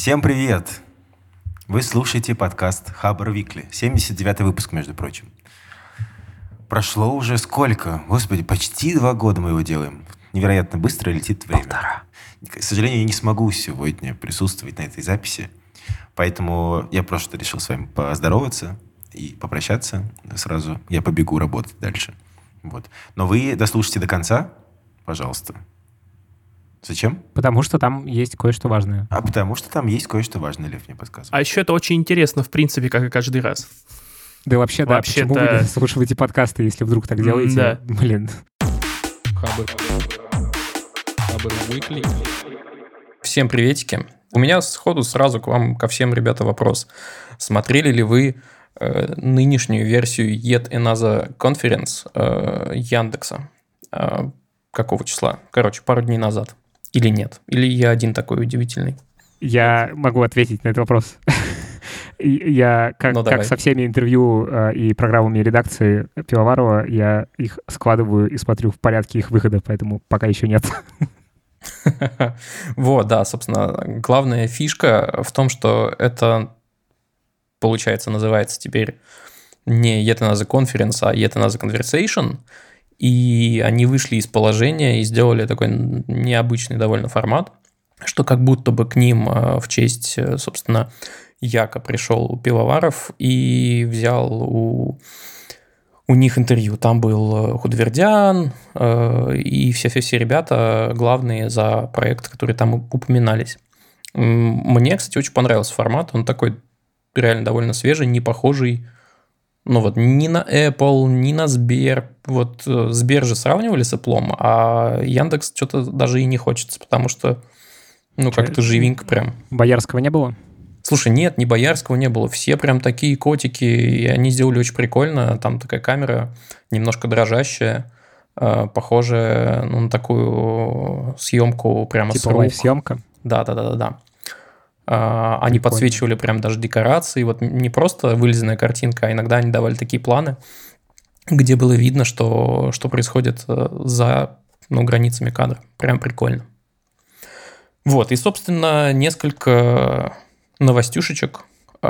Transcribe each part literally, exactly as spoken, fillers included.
Всем привет! Вы слушаете подкаст Хабр Викли, семьдесят девятый выпуск, между прочим. Прошло уже сколько? Господи, почти два года мы его делаем. Невероятно быстро летит время. Полтора. К сожалению, я не смогу сегодня присутствовать на этой записи, поэтому я просто решил с вами поздороваться и попрощаться сразу. Я побегу работать дальше. Вот. Но вы дослушайте до конца, пожалуйста. Зачем? Потому что там есть кое-что важное. А потому что там есть кое-что важное, Лев мне подсказывает. А еще это очень интересно, в принципе, как и каждый раз. Да вообще, да. Вообще-то- Почему вы не слушаете подкасты, если вдруг так делаете? Да. Блин. Хабр. Хабр Weekly. Всем приветики. У меня сходу сразу к вам, ко всем, ребята, вопрос. Смотрели ли вы э, нынешнюю версию Yet Another Conference э, Яндекса? Э, какого числа? Короче, пару дней назад. Или нет? Или я один такой удивительный? Я могу ответить на этот вопрос. И Я, как, Ну, как давай. со всеми интервью э, и программами редакции Пивоварова, я их складываю и смотрю в порядке их выхода, поэтому пока еще нет. Вот, да, собственно, главная фишка в том, что это, получается, называется теперь не Yet Another Conference, а Yet Another Conversation, и они вышли из положения и сделали такой необычный довольно формат, что как будто бы к ним э, в честь, э, собственно, Яка пришел Пивоваров и взял у, у них интервью. Там был Худвердян э, и все-все-все ребята, главные за проект, которые там упоминались. М, Мне, кстати, очень понравился формат. Он такой реально довольно свежий, не похожий, ну вот, ни на Apple, ни на Сбер. Вот э, Сбер же сравнивали с Apple, а Яндекс что-то даже и не хочется, потому что, ну, Чё, как-то живенько прям. Боярского не было? Слушай, нет, ни Боярского не было. Все прям такие котики, и они сделали очень прикольно. Там такая камера немножко дрожащая, э, похожая, ну, на такую съемку прямо с Типа рук. лайв-съемка? Да-да-да-да. А, Они Прикольно. подсвечивали прям даже декорации. Вот не просто вылизанная картинка, а иногда они давали такие планы, где было видно, что, что происходит э, за, ну, границами кадра. Прям прикольно. Вот, и, собственно, несколько новостюшечек.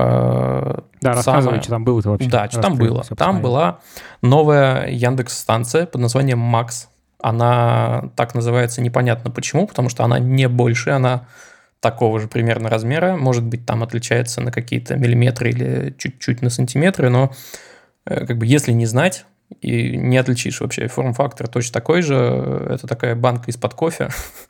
Э, Да, рассказывай, самое- что там было-то вообще. Да, что там Раз ты было? всё Там посмотрел. была новая Яндекс-станция под названием Макс. Она так называется непонятно почему, потому что она не больше, она такого же примерно размера. Может быть, там отличается на какие-то миллиметры или чуть-чуть на сантиметры, но э, как бы если не знать, и не отличишь вообще. Форм-фактор точно такой же. Это такая банка из-под кофе.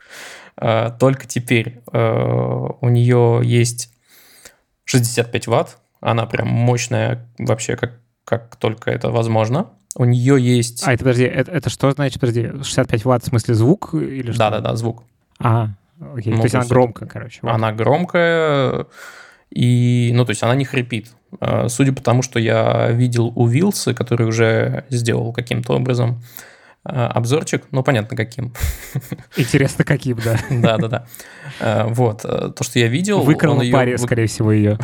Э, Только теперь э, у нее есть шестьдесят пять ватт. Она прям мощная вообще, как, как только это возможно. У нее есть... А, это, подожди, это, это что значит, подожди, шестьдесят пять ватт в смысле звук или что? Да-да-да, звук. А, окей, Ну, то есть то она есть громкая, короче. вот. Она громкая, и, ну, то есть она не хрипит. Э, Судя по тому, что я видел у Вилсы, который уже сделал каким-то образом э, обзорчик, ну, понятно, каким. Интересно, каким, да. Да-да-да. Э, Вот. э, То, что я видел... Выкрал он её паре, вы- скорее всего, ее.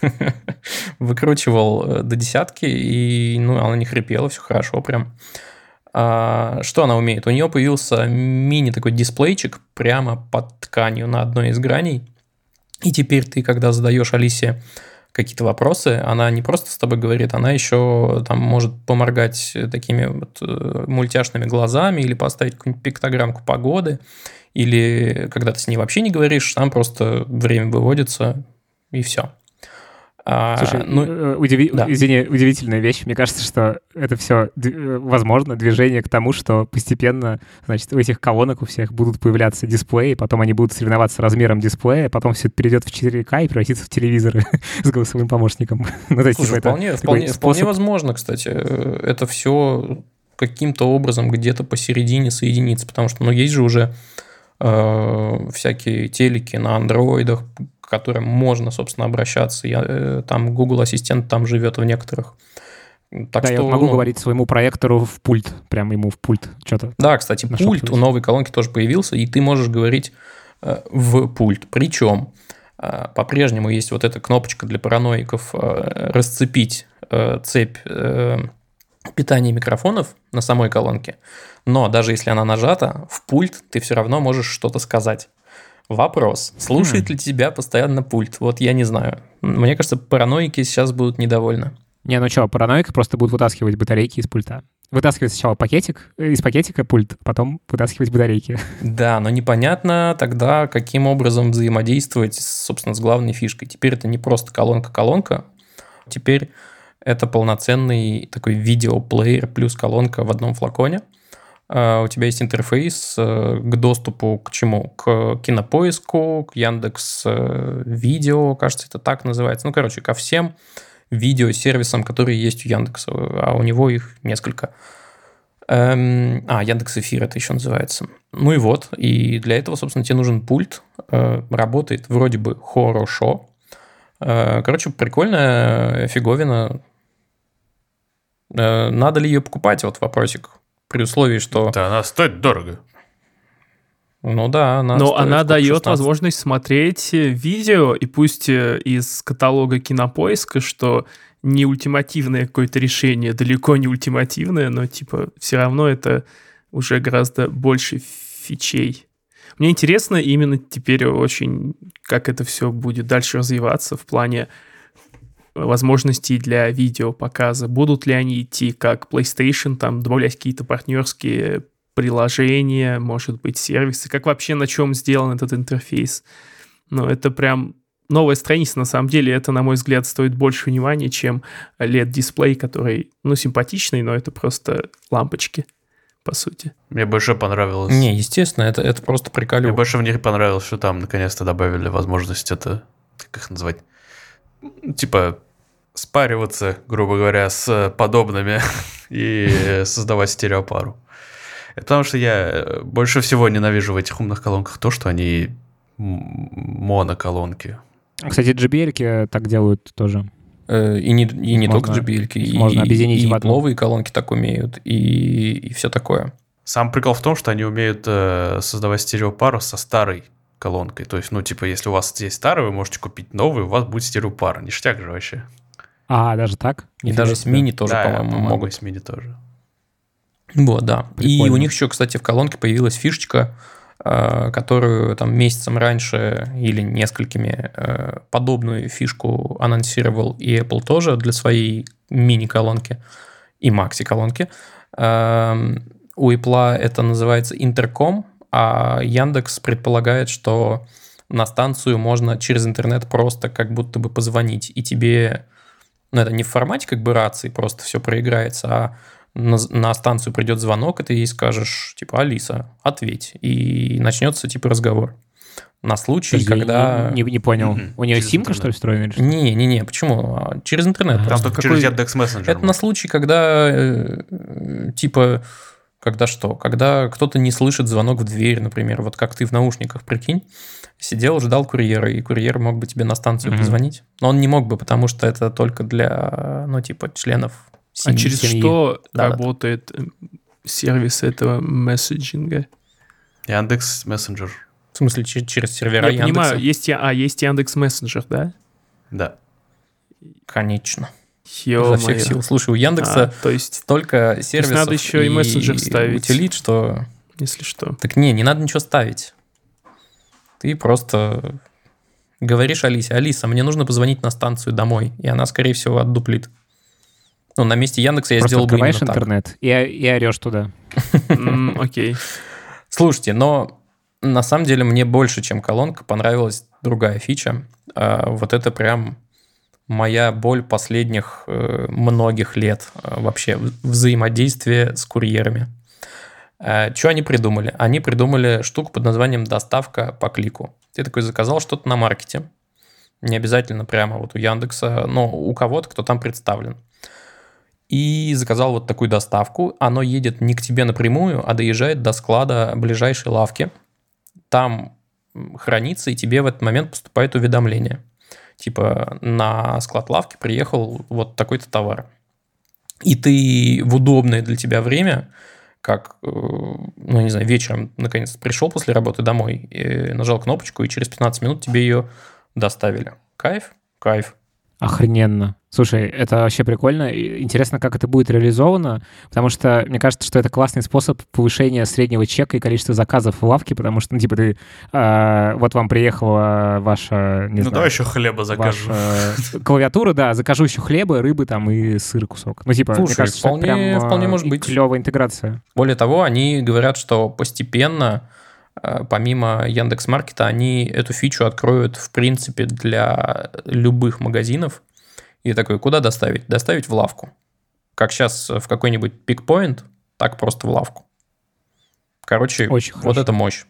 выкручивал э, до десятки, и, ну, она не хрипела, все хорошо прям. А, Что она умеет? У нее появился мини такой дисплейчик прямо под тканью на одной из граней. И теперь ты, когда задаешь Алисе какие-то вопросы, она не просто с тобой говорит, она еще там может поморгать такими вот э, мультяшными глазами или поставить какую-нибудь пиктограммку погоды, или когда ты с ней вообще не говоришь, там просто время выводится, и все. Слушай, ну, э, удиви- да. извини, удивительная вещь. Мне кажется, что это все, возможно, движение к тому, что постепенно, значит, у этих колонок у всех будут появляться дисплеи, потом они будут соревноваться размером дисплея, потом все это перейдет в четыре ка и превратится в телевизоры с голосовым помощником. Ну, то есть, Слушай, типа, это вполне, такой вполне, вполне способ- возможно, кстати. Это все каким-то образом где-то посередине соединится, потому что, ну, есть же уже э, всякие телеки на андроидах, к которым можно, собственно, обращаться. Я, э, там Google Ассистент там живет в некоторых. Так Да, что, я вот могу ну, говорить своему проектору в пульт, прям ему в пульт что-то. Да, кстати, нашептывать. пульт у новой колонки тоже появился, и ты можешь говорить э, в пульт. Причем э, по-прежнему есть вот эта кнопочка для параноиков э, расцепить э, цепь э, питания микрофонов на самой колонке, но даже если она нажата, в пульт ты все равно можешь что-то сказать. Вопрос. Слушает ли тебя постоянно пульт? Вот я не знаю. Мне кажется, параноики сейчас будут недовольны. Не, ну что, параноик просто будут вытаскивать батарейки из пульта. Вытаскивать сначала пакетик, из пакетика пульт, а потом вытаскивать батарейки. Да, но непонятно тогда, каким образом взаимодействовать, собственно, с главной фишкой. Теперь это не просто колонка-колонка, теперь это полноценный такой видеоплеер плюс колонка в одном флаконе. У тебя есть интерфейс к доступу к чему? К Кинопоиску, к Яндекс.Видео, кажется, это так называется. Ну, короче, ко всем видеосервисам, которые есть у Яндекса, а у него их несколько. Эм, а, Яндекс.Эфир это еще называется. Ну и вот, и для этого, собственно, тебе нужен пульт. Э, работает вроде бы хорошо. Э, короче, прикольная фиговина. Э, надо ли ее покупать? Вот вопросик. При условии, что... Да, она стоит дорого. Ну да, она Но стоит она сколько, дает шестнадцать? возможность смотреть видео, и пусть из каталога Кинопоиска, что не ультимативное какое-то решение, далеко не ультимативное, но типа все равно это уже гораздо больше фичей. Мне интересно именно теперь очень, как это все будет дальше развиваться в плане возможностей для видеопоказа. Будут ли они идти как PlayStation, там добавлять какие-то партнерские приложения, может быть, сервисы, как вообще на чем сделан этот интерфейс. Но это прям новая страница, на самом деле, это, на мой взгляд, стоит больше внимания, чем эл и ди-дисплей, который, ну, симпатичный, но это просто лампочки, по сути. Мне больше понравилось... Не, естественно, это, это просто Мне приколюк. больше в них понравилось, что там наконец-то добавили возможность это, как их назвать, типа спариваться, грубо говоря, с подобными и создавать стереопару. Это потому что я больше всего ненавижу в этих умных колонках то, что они моноколонки. Кстати, джей би эл так делают тоже. Э, И не, и не Можно- только джей би эл, и, можно объединить и в одну. новые колонки так умеют, и, и все такое. Сам прикол в том, что они умеют э, создавать стереопару со старой колонкой. То есть, ну, типа, если у вас есть старая, вы можете купить новую, у вас будет стереопара. Ништяк же вообще. А, даже так? И Нифига даже с себе. мини тоже, Да, по-моему, по-моему, могут. и с мини тоже. Вот, да. И Прикольно. у них еще, кстати, в колонке появилась фишечка, э, которую там месяцем раньше или несколькими э, подобную фишку анонсировал и Apple тоже для своей мини-колонки и макси-колонки. Эм, У Apple это называется интерком, а Яндекс предполагает, что на станцию можно через интернет просто как будто бы позвонить, и тебе, ну это не в формате как бы рации, просто все проиграется, а на, на станцию придет звонок, и ты ей скажешь, типа, Алиса, ответь, и начнется типа разговор. На случай, Подожди, когда... Не, не- не понял. Мгм. У нее Через симка, интернет. что ли, встроена? или что? Не-не-не, почему? А, Через интернет А, Там просто. только какой- через Яндекс Мессенджер. Это на случай, когда, э, типа, когда что? Когда кто-то не слышит звонок в дверь, например. Вот как ты в наушниках, прикинь, сидел, ждал курьера, и курьер мог бы тебе на станцию Мгм. позвонить. Но он не мог бы, потому что это только для, ну, типа, членов А семьи. через семьи. что Да-да. работает э, сервис этого месседжинга? Яндекс Мессенджер. В смысле, че- через сервера Я Яндекса? понимаю, есть, я- а, есть Яндекс Мессенджер, да? Да. Конечно. Ё-моё. Изо всех сил. Слушай, у А, Яндекса то есть, столько сервисов надо еще и мессенджер ставить. утилит, что... если что. Так не, не надо ничего ставить. Ты просто говоришь Алисе: Алиса, мне нужно позвонить на станцию домой, и она, скорее всего, отдуплит. Ну, на месте Яндекса я Просто сделал бы открываешь именно так. интернет и, и орешь туда. М, Окей. Слушайте, но на самом деле мне больше, чем колонка, понравилась другая фича. А, Вот это прям моя боль последних э, многих лет э, вообще в- взаимодействие с курьерами. Что они придумали? Они придумали штуку под названием доставка по клику. Ты такой заказал что-то на маркете. Не обязательно прямо вот у Яндекса, но у кого-то, кто там представлен. И заказал вот такую доставку. Оно едет не к тебе напрямую, а доезжает до склада ближайшей лавки. Там м, хранится, и тебе в этот момент поступает уведомление. Типа, на склад лавки приехал вот такой-то товар. И ты в удобное для тебя время, как, э, ну, не знаю, вечером, наконец, пришел после работы домой, и нажал кнопочку, и через пятнадцать минут тебе ее доставили. Кайф? Кайф. Охрененно. Слушай, это вообще прикольно. И интересно, как это будет реализовано, потому что мне кажется, что это классный способ повышения среднего чека и количества заказов в лавке, потому что, ну, типа, ты, э, вот вам приехала ваша, не Ну, знаю... давай еще хлеба закажу. Ваша клавиатура, да, закажу еще хлеба, рыбы там и сыр кусок. Ну, типа, Слушай, мне кажется, вполне- что это прям вполне может быть. клевая интеграция. Более того, они говорят, что постепенно, э, помимо Яндекс.Маркета, они эту фичу откроют, в принципе, для любых магазинов. И такой, куда доставить? Доставить в лавку. Как сейчас в какой-нибудь пикпоинт, так просто в лавку. Короче, Очень вот хорошо. это мощь.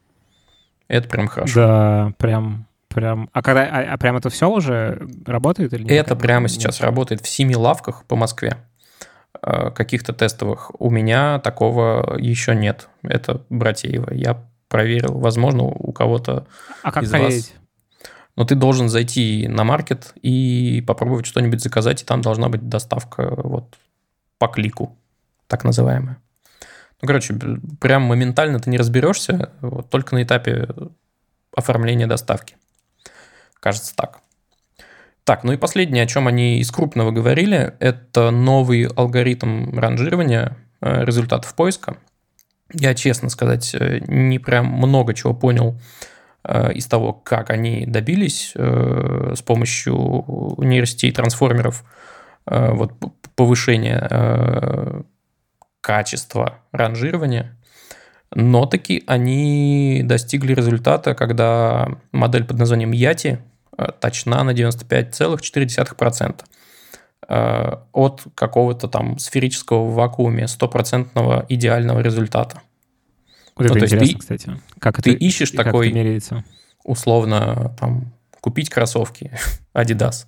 Это прям хорошо. Да, прям, прям. А когда, а, а прям это все уже работает или нет? Это прямо Нет. сейчас работает в семи лавках по Москве. Э, Каких-то тестовых. У меня такого еще нет. Это Братеево. Я проверил. Возможно, у кого-то А как из вас- проверить? Но ты должен зайти на маркет и попробовать что-нибудь заказать, и там должна быть доставка вот по клику, так называемая. Ну, короче, б- прям моментально ты не разберешься, вот, только на этапе оформления доставки. Кажется так. Так, ну и последнее, о чем они из крупного говорили, это новый алгоритм ранжирования э, результатов поиска. Я, честно сказать, э, не прям много чего понял э, из того, как они добились э, с помощью нейросетей трансформеров э, вот, п- повышения э, качества ранжирования. Но таки они достигли результата, когда модель под названием Yati э, точна на девяносто пять целых четыре десятых процента э, от какого-то там сферического в вакууме стопроцентного идеального результата. Вот это Ну, то есть интересно, ты- кстати. Как ты это, ищешь и как такой- это меряется? Условно, там, купить кроссовки Adidas.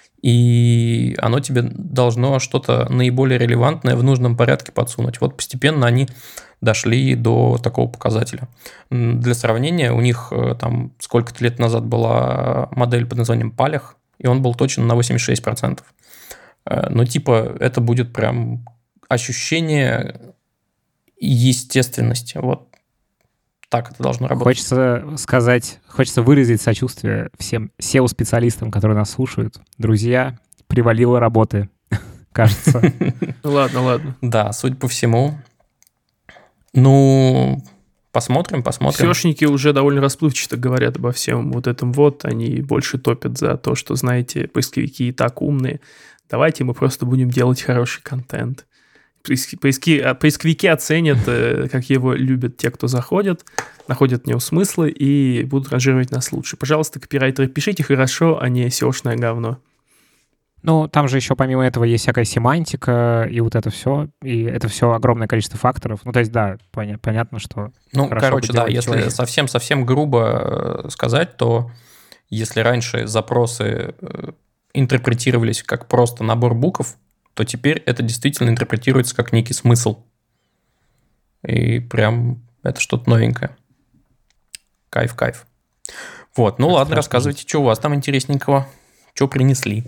И оно тебе должно что-то наиболее релевантное в нужном порядке подсунуть. Вот постепенно они дошли до такого показателя. М, Для сравнения, у них э, там сколько-то лет назад была модель под названием Палях, и он был точен на восемьдесят шесть процентов. Э, Ну, типа, это будет прям ощущение естественности. Вот так это должно работать. Хочется сказать, хочется выразить сочувствие всем сео-специалистам, которые нас слушают. Друзья, привалило работы, кажется. Ну ладно, ладно. Да, судя по всему. Ну, посмотрим, посмотрим. Сеошники уже довольно расплывчато говорят обо всем вот этом вот. Они больше топят за то, что, знаете, поисковики и так умные. Давайте мы просто будем делать хороший контент. Поиски- поиски- а, Поисковики оценят, э, как его любят те, кто заходят, находят в него смыслы и будут ранжировать нас лучше. Пожалуйста, копирайтеры, пишите хорошо, а не сеошное говно. Ну, там же еще помимо этого есть всякая семантика и вот это все. И это все огромное количество факторов. Ну, то есть, да, поня- понятно, что... Ну, Хорошо короче, бы да, делать если человек. совсем-совсем грубо э, сказать, то если раньше запросы э, интерпретировались как просто набор букв, то теперь это действительно интерпретируется как некий смысл. И прям это что-то новенькое. Кайф, кайф. Вот, ну Это ладно, страшно рассказывайте, что у вас там интересненького, что принесли.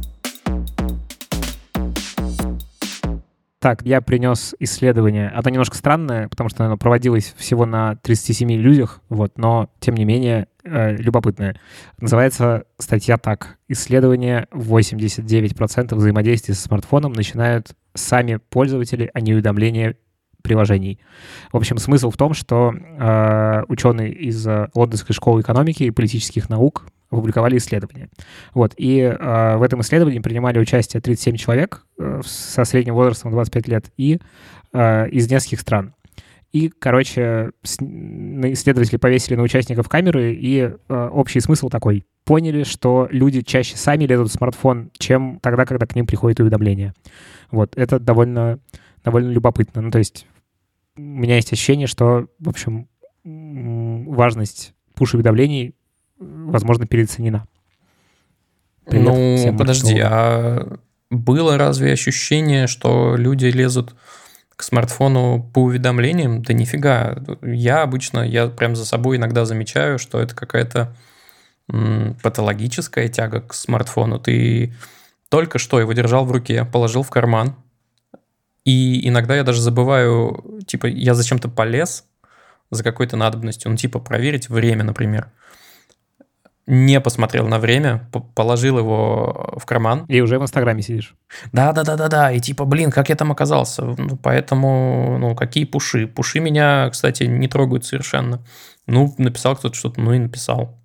Так, я принес исследование. Оно немножко странное, потому что оно проводилось всего на тридцати семи людях, вот, но, тем не менее, э, любопытное. Называется статья так. Исследование: восемьдесят девять процентов взаимодействия со смартфоном начинают сами пользователи, а не уведомления приложений. В общем, смысл в том, что э, ученые из э, Лондонской школы экономики и политических наук опубликовали исследование. Вот. И э, в этом исследовании принимали участие тридцать семь человек э, со средним возрастом двадцать пять лет и э, из нескольких стран. И, короче, с- на- исследователи повесили на участников камеры, и э, общий смысл такой. Поняли, что люди чаще сами лезут в смартфон, чем тогда, когда к ним приходит уведомление. Вот. Это довольно, довольно любопытно. Ну, то есть у меня есть ощущение, что, в общем, м, важность пуш-уведомлений, возможно, переоценена. Привет ну, всем подожди, маркетологам. а было разве ощущение, что люди лезут к смартфону по уведомлениям? Да нифига. Я обычно, я прям за собой иногда замечаю, что это какая-то м, патологическая тяга к смартфону. Ты только что его держал в руке, положил в карман, и иногда я даже забываю, типа, я зачем-то полез за какой-то надобностью, ну, типа, проверить время, например. не посмотрел на время, п- положил его в карман. И уже в Инстаграме сидишь. Да-да-да-да-да, и типа, блин, как я там оказался? Ну, поэтому, ну, какие пуши? Пуши меня, кстати, не трогают совершенно. Ну, написал кто-то что-то, ну и написал.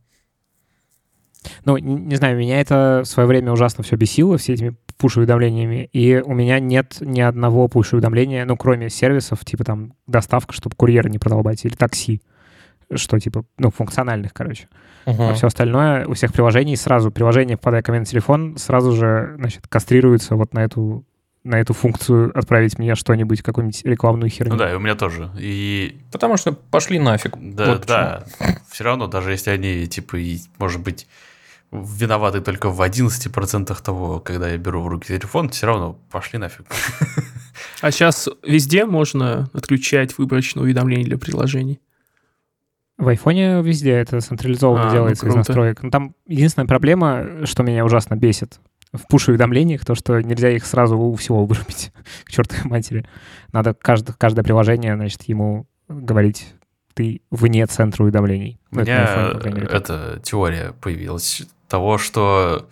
Ну, не, не знаю, меня это в свое время ужасно все бесило, все этими пуш-уведомлениями, и у меня нет ни одного пуш-уведомления, ну, кроме сервисов, типа там доставка, чтобы курьер не продолбать, или такси, что типа, ну, функциональных, короче. Угу. А все остальное у всех приложений сразу, приложение, попадая ко мне на телефон, сразу же, значит, кастрируется вот на эту, на эту функцию отправить мне что-нибудь, какую-нибудь рекламную херню. Ну да, и у меня тоже. И Потому что пошли нафиг. да, Вот да, все равно, даже если они, типа, и, может быть, виноваты только в одиннадцати процентах того, когда я беру в руки телефон, все равно пошли нафиг. А сейчас везде можно отключать выборочные уведомления для приложений? В айфоне везде это централизованно А, ну делается из круто. настроек. Ну, там единственная проблема, что меня ужасно бесит в пуш-уведомлениях, то, что нельзя их сразу у всего вырубить к чертовой матери. Надо каждое, каждое приложение, значит, ему говорить, ты вне центра уведомлений. У Ну, это на меня айфоне, по крайней мере, так. эта теория появилась того, что,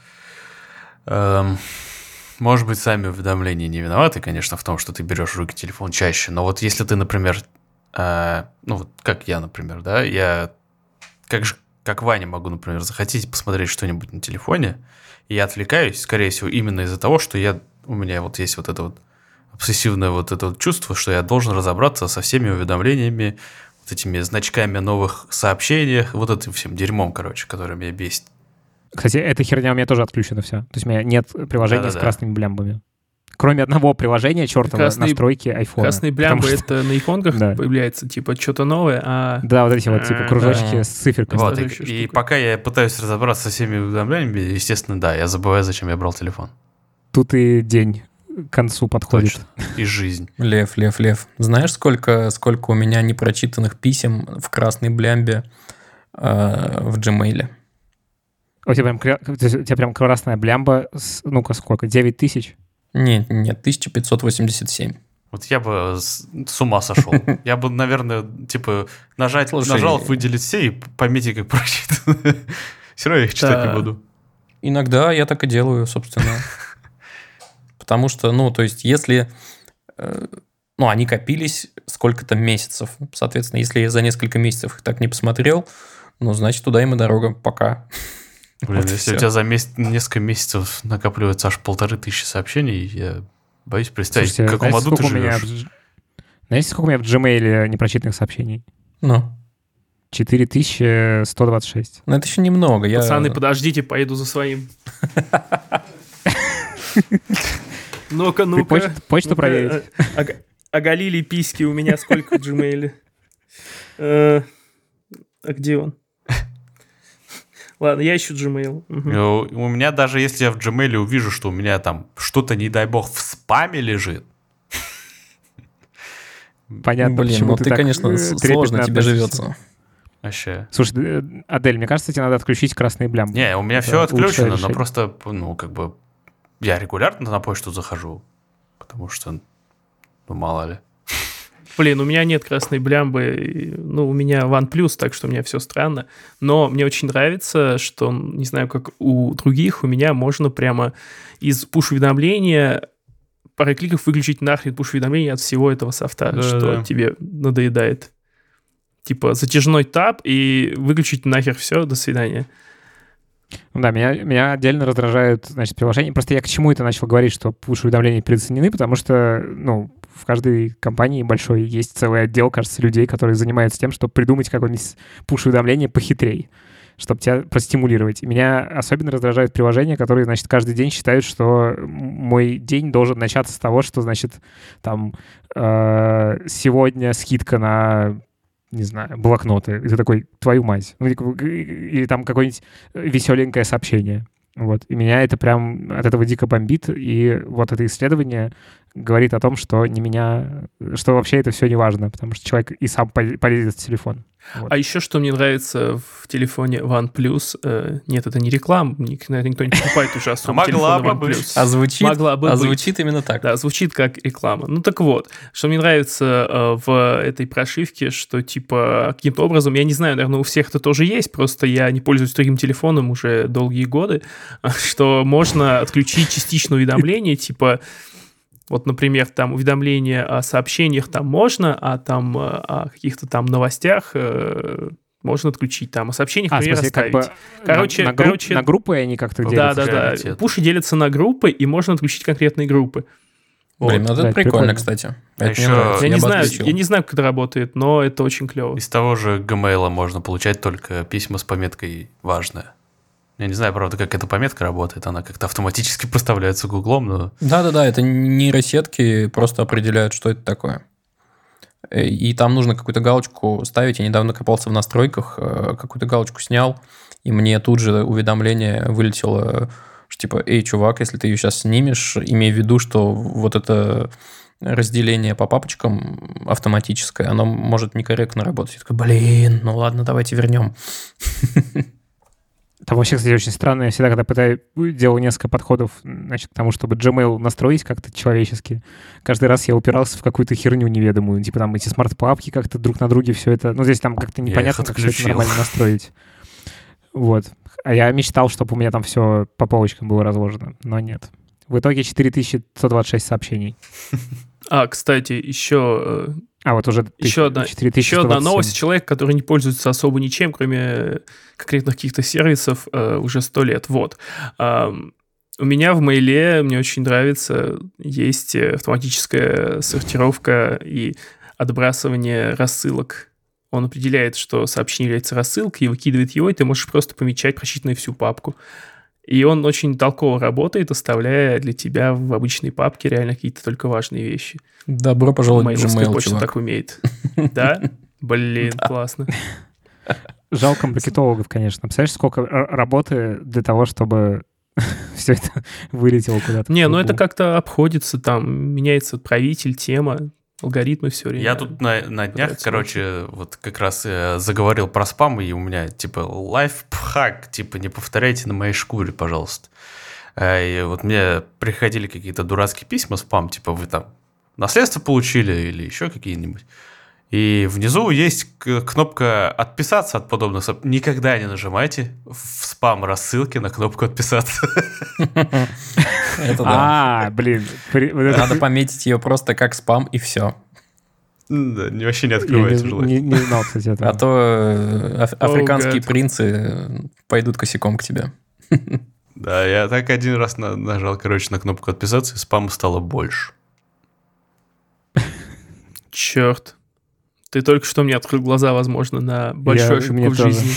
эм, может быть, сами уведомления не виноваты, конечно, в том, что ты берешь в руки телефон чаще, но вот если ты, например, э, ну вот как я, например, да, я как же, как Ваня могу, например, захотеть посмотреть что-нибудь на телефоне, и я отвлекаюсь, скорее всего, именно из-за того, что я, у меня вот есть вот это вот обсессивное вот это вот чувство, что я должен разобраться со всеми уведомлениями, вот этими значками о новых сообщениях, вот этим всем дерьмом, короче, который меня бесит. Кстати, эта херня у меня тоже отключена вся. То есть у меня нет приложения Да-да-да. с красными блямбами. Кроме одного приложения, чертова, Красные- настройки айфона. Красные блямбы Потому что- это на иконках Да. появляется, типа, что-то новое, а... Да, вот эти вот типа А, кружочки да. с циферками. Вот, и, Настоящая и штука. пока я пытаюсь разобраться со всеми уведомлениями, естественно, да, я забываю, зачем я брал телефон. Тут и день к концу подходит. Точно. И жизнь. Лев, Лев, Лев. Знаешь, сколько, сколько у меня непрочитанных писем в красной блямбе э, в Gmail? У тебя прям, кря- то есть у тебя прям красная блямба, с- ну-ка, сколько, девять тысяч? Нет, нет, тысяча пятьсот восемьдесят семь. Вот я бы с, с ума сошел. Я бы, наверное, типа, нажать, Слушай, нажал, выделить все и пометить, как прочитано. Все равно я их читать Да. не буду. Иногда я так и делаю, собственно. Потому что, ну, то есть, если... э, ну, они копились сколько-то месяцев. Соответственно, если я за несколько месяцев их так не посмотрел, ну, значит, туда им и дорога. Пока. Блин, Вот и если всё. у тебя за месяц, несколько месяцев накапливается аж полторы тысячи сообщений, я боюсь представить, Слушайте, в каком знаете, аду ты сколько у меня живешь. в Дж- Знаете, сколько у меня в Gmail непрочитанных сообщений? Ну, четыре тысячи сто двадцать шесть. но это еще немного. Я... Пацаны, подождите, поеду за своим. Ну-ка, Ты ну-ка. почту, почту Ну-ка, проверить? а- ог- Оголили письки у меня сколько в Gmail. Э, А где он? Ладно, я ищу Gmail. Мгм. Ну, У меня даже если я в Gmail увижу, что у меня там что-то, не дай бог, в спаме лежит, Понятно, Блин, почему ну ты, ты, так, конечно, э, с- трепетно сложно тебе относишься. живется. вообще... Слушай, э, Адель, мне кажется, тебе надо отключить красные блямбы. Не, у меня Это все лучшее отключено, но решение. просто, ну, как бы, я регулярно на почту захожу, потому что, ну, мало ли. Блин, у меня нет красной блямбы. и, Ну, у меня OnePlus, так что у меня все странно. Но мне очень нравится, что, не знаю, как у других, у меня можно прямо из пуш-уведомления парой кликов выключить нахрен пуш-уведомления от всего этого софта, Да, что да. тебе надоедает. Типа затяжной таб и выключить нахер все, до свидания. Ну да, меня, меня отдельно раздражают, значит, приложения. Просто я к чему это начал говорить, что пуш-уведомления переоценены, потому что, ну, в каждой компании большой есть целый отдел, кажется, людей, которые занимаются тем, чтобы придумать какое-нибудь пуш-уведомление похитрей, чтобы тебя простимулировать. И меня особенно раздражают приложения, которые, значит, каждый день считают, что м- мой день должен начаться с того, что, значит, там э, сегодня скидка на, не знаю, блокноты. И ты такой, твою мать. Ну, или, или там какое-нибудь веселенькое сообщение. Вот. И меня это прям от этого дико бомбит. И вот это исследование говорит о том, что не меня, что вообще это все не важно, потому что человек и сам пол- полезет в телефон. Вот. А еще что мне нравится в телефоне OnePlus, э, нет, это не реклама, ник- наверное, никто не покупает уже особо Могла телефоны бы OnePlus. быть. А звучит, Могла бы а быть. звучит именно так. Да, звучит как реклама. Ну так вот, что мне нравится э, в этой прошивке, что типа каким-то образом, я не знаю, наверное, у всех это тоже есть, просто я не пользуюсь другим телефоном уже долгие годы, что можно отключить частично уведомления, типа вот, например, там уведомления о сообщениях там можно, а там э, о каких-то там новостях э, можно отключить. Там о сообщениях, А, в например, смысле, как оставить. бы Короче, на, на, групп- короче, на группы они как-то Да, делятся? да, да, да. приоритет. Пуши делятся на группы, и можно отключить конкретные группы. Блин, ну Вот, это да, прикольно, прикольно. кстати. А Это мне еще- нравится. Я, не бы знаю, отключил. я не знаю, как это работает, но это очень клево. Из того же Gmail можно получать только письма с пометкой «важное». Я не знаю, правда, как эта пометка работает. Она как-то автоматически проставляется Гуглом, но... Да-да-да, это нейросетки просто определяют, что это такое. И там нужно какую-то галочку ставить. Я недавно копался в настройках, какую-то галочку снял, и мне тут же уведомление вылетело, что типа, эй, чувак, если ты ее сейчас снимешь, имей в виду, что вот это разделение по папочкам автоматическое, оно может некорректно работать. Я такой, блин, ну ладно, давайте вернем. Там вообще, кстати, очень странно. Я всегда, когда пытаюсь, делаю несколько подходов, значит, к тому, чтобы Gmail настроить как-то человечески, каждый раз я упирался в какую-то херню неведомую. Типа там эти смарт-папки как-то друг на друге, все это... Ну, здесь там как-то Я их непонятно, как все это отключил. нормально настроить. Вот. А я мечтал, чтобы у меня там все по полочкам было разложено, но нет. В итоге четыре тысячи сто двадцать шесть сообщений. А, кстати, еще, А вот уже еще, одна, четыре тысячи еще сто одна двадцать семь. новость. Человек, который не пользуется особо ничем, кроме конкретных каких-то сервисов, э, уже сто лет. Вот. Ам, у меня в мейле, мне очень нравится, есть автоматическая сортировка и отбрасывание рассылок. Он определяет, что сообщение является рассылкой, и выкидывает его, и ты можешь просто помечать прочитанную всю папку. И он очень толково работает, оставляя для тебя в обычной папке реально какие-то только важные вещи. Добро пожаловать в Мейловская Gmail, почта чувак. так умеет. Да? Блин, классно. Жалко маркетологов, конечно. Представляешь, сколько р- работы для того, чтобы все это вылетело куда-то. Не, в ну это трубу. как-то обходится, там меняется отправитель, тема, алгоритмы все время. Я тут на, на днях, пытаются короче, вот как раз э, заговорил про спам, и у меня, типа, лайфхак, типа, не повторяйте на моей шкуре, пожалуйста. Э, и вот мне приходили какие-то дурацкие письма, спам, типа, вы там наследство получили или еще какие-нибудь. И внизу есть к- кнопка «Отписаться от подобных соп-». Никогда не нажимайте в спам рассылки на кнопку «Отписаться». Это да. А, блин. при- вот это- Надо пометить ее просто как спам, и все. Да, не- вообще не Я открывайте не, желательно. не- не знал, кстати, этого. А то э, аф- африканские God. принцы пойдут косяком к тебе. Да, я так один раз на- нажал, короче, на кнопку «Отписаться», и спама стало больше. Черт. Ты только что мне открыл глаза, возможно, на большую Я- ошибку мне в тоже. жизни.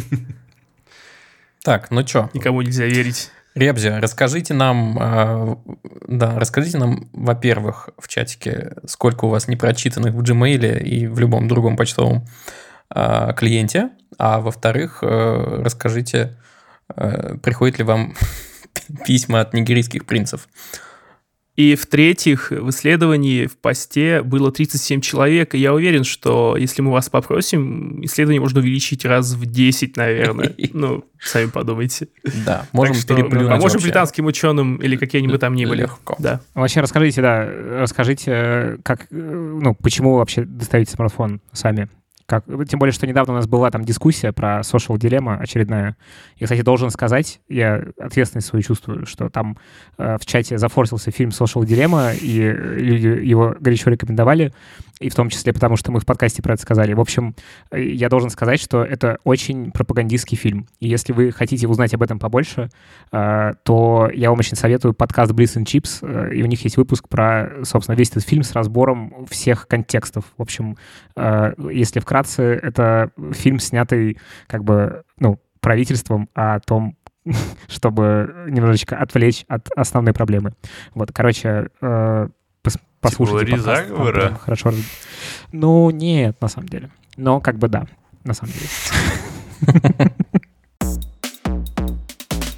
Так, ну чё, Никому нельзя верить. Ребзи, расскажите нам, э, да, расскажите нам, во-первых, в чатике, сколько у вас непрочитанных в Gmail и в любом другом почтовом э, клиенте, а во-вторых, э, расскажите, э, приходят ли вам письма от нигерийских принцев. И в-третьих, в исследовании в посте было тридцать семь человек, и я уверен, что если мы вас попросим, исследование можно увеличить раз в десять, наверное. Ну, сами подумайте. Да, можем Так что переплюнуть поможем вообще. британским ученым или какие они бы там ни были. Легко. Да. Вообще расскажите, да, расскажите, э, как, э, ну, почему вы вообще доставите смартфон сами? Как, тем более, что недавно у нас была там дискуссия про social dilemma очередная. Я, кстати, должен сказать, я ответственность свою чувствую, что там э, в чате зафорсился фильм social dilemma, и люди его горячо рекомендовали, и в том числе потому, что мы в подкасте про это сказали. В общем, э, я должен сказать, что это очень пропагандистский фильм. И если вы хотите узнать об этом побольше, э, то я вам очень советую подкаст Bliss and Chips, э, и у них есть выпуск про, собственно, весь этот фильм с разбором всех контекстов. В общем, э, если вкратце, это фильм, снятый как бы, ну, правительством о том, чтобы немножечко отвлечь от основной проблемы. Вот, короче, э, пос- послушайте Теории подкаст. Там заговора? прям хорошо. раз- Ну, нет, на самом деле. Но как бы да, на самом деле.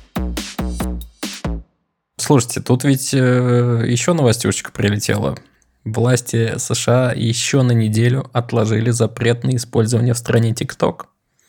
Слушайте, тут ведь э, еще новостюшечка прилетела. Власти США еще на неделю отложили запрет на использование в стране TikTok.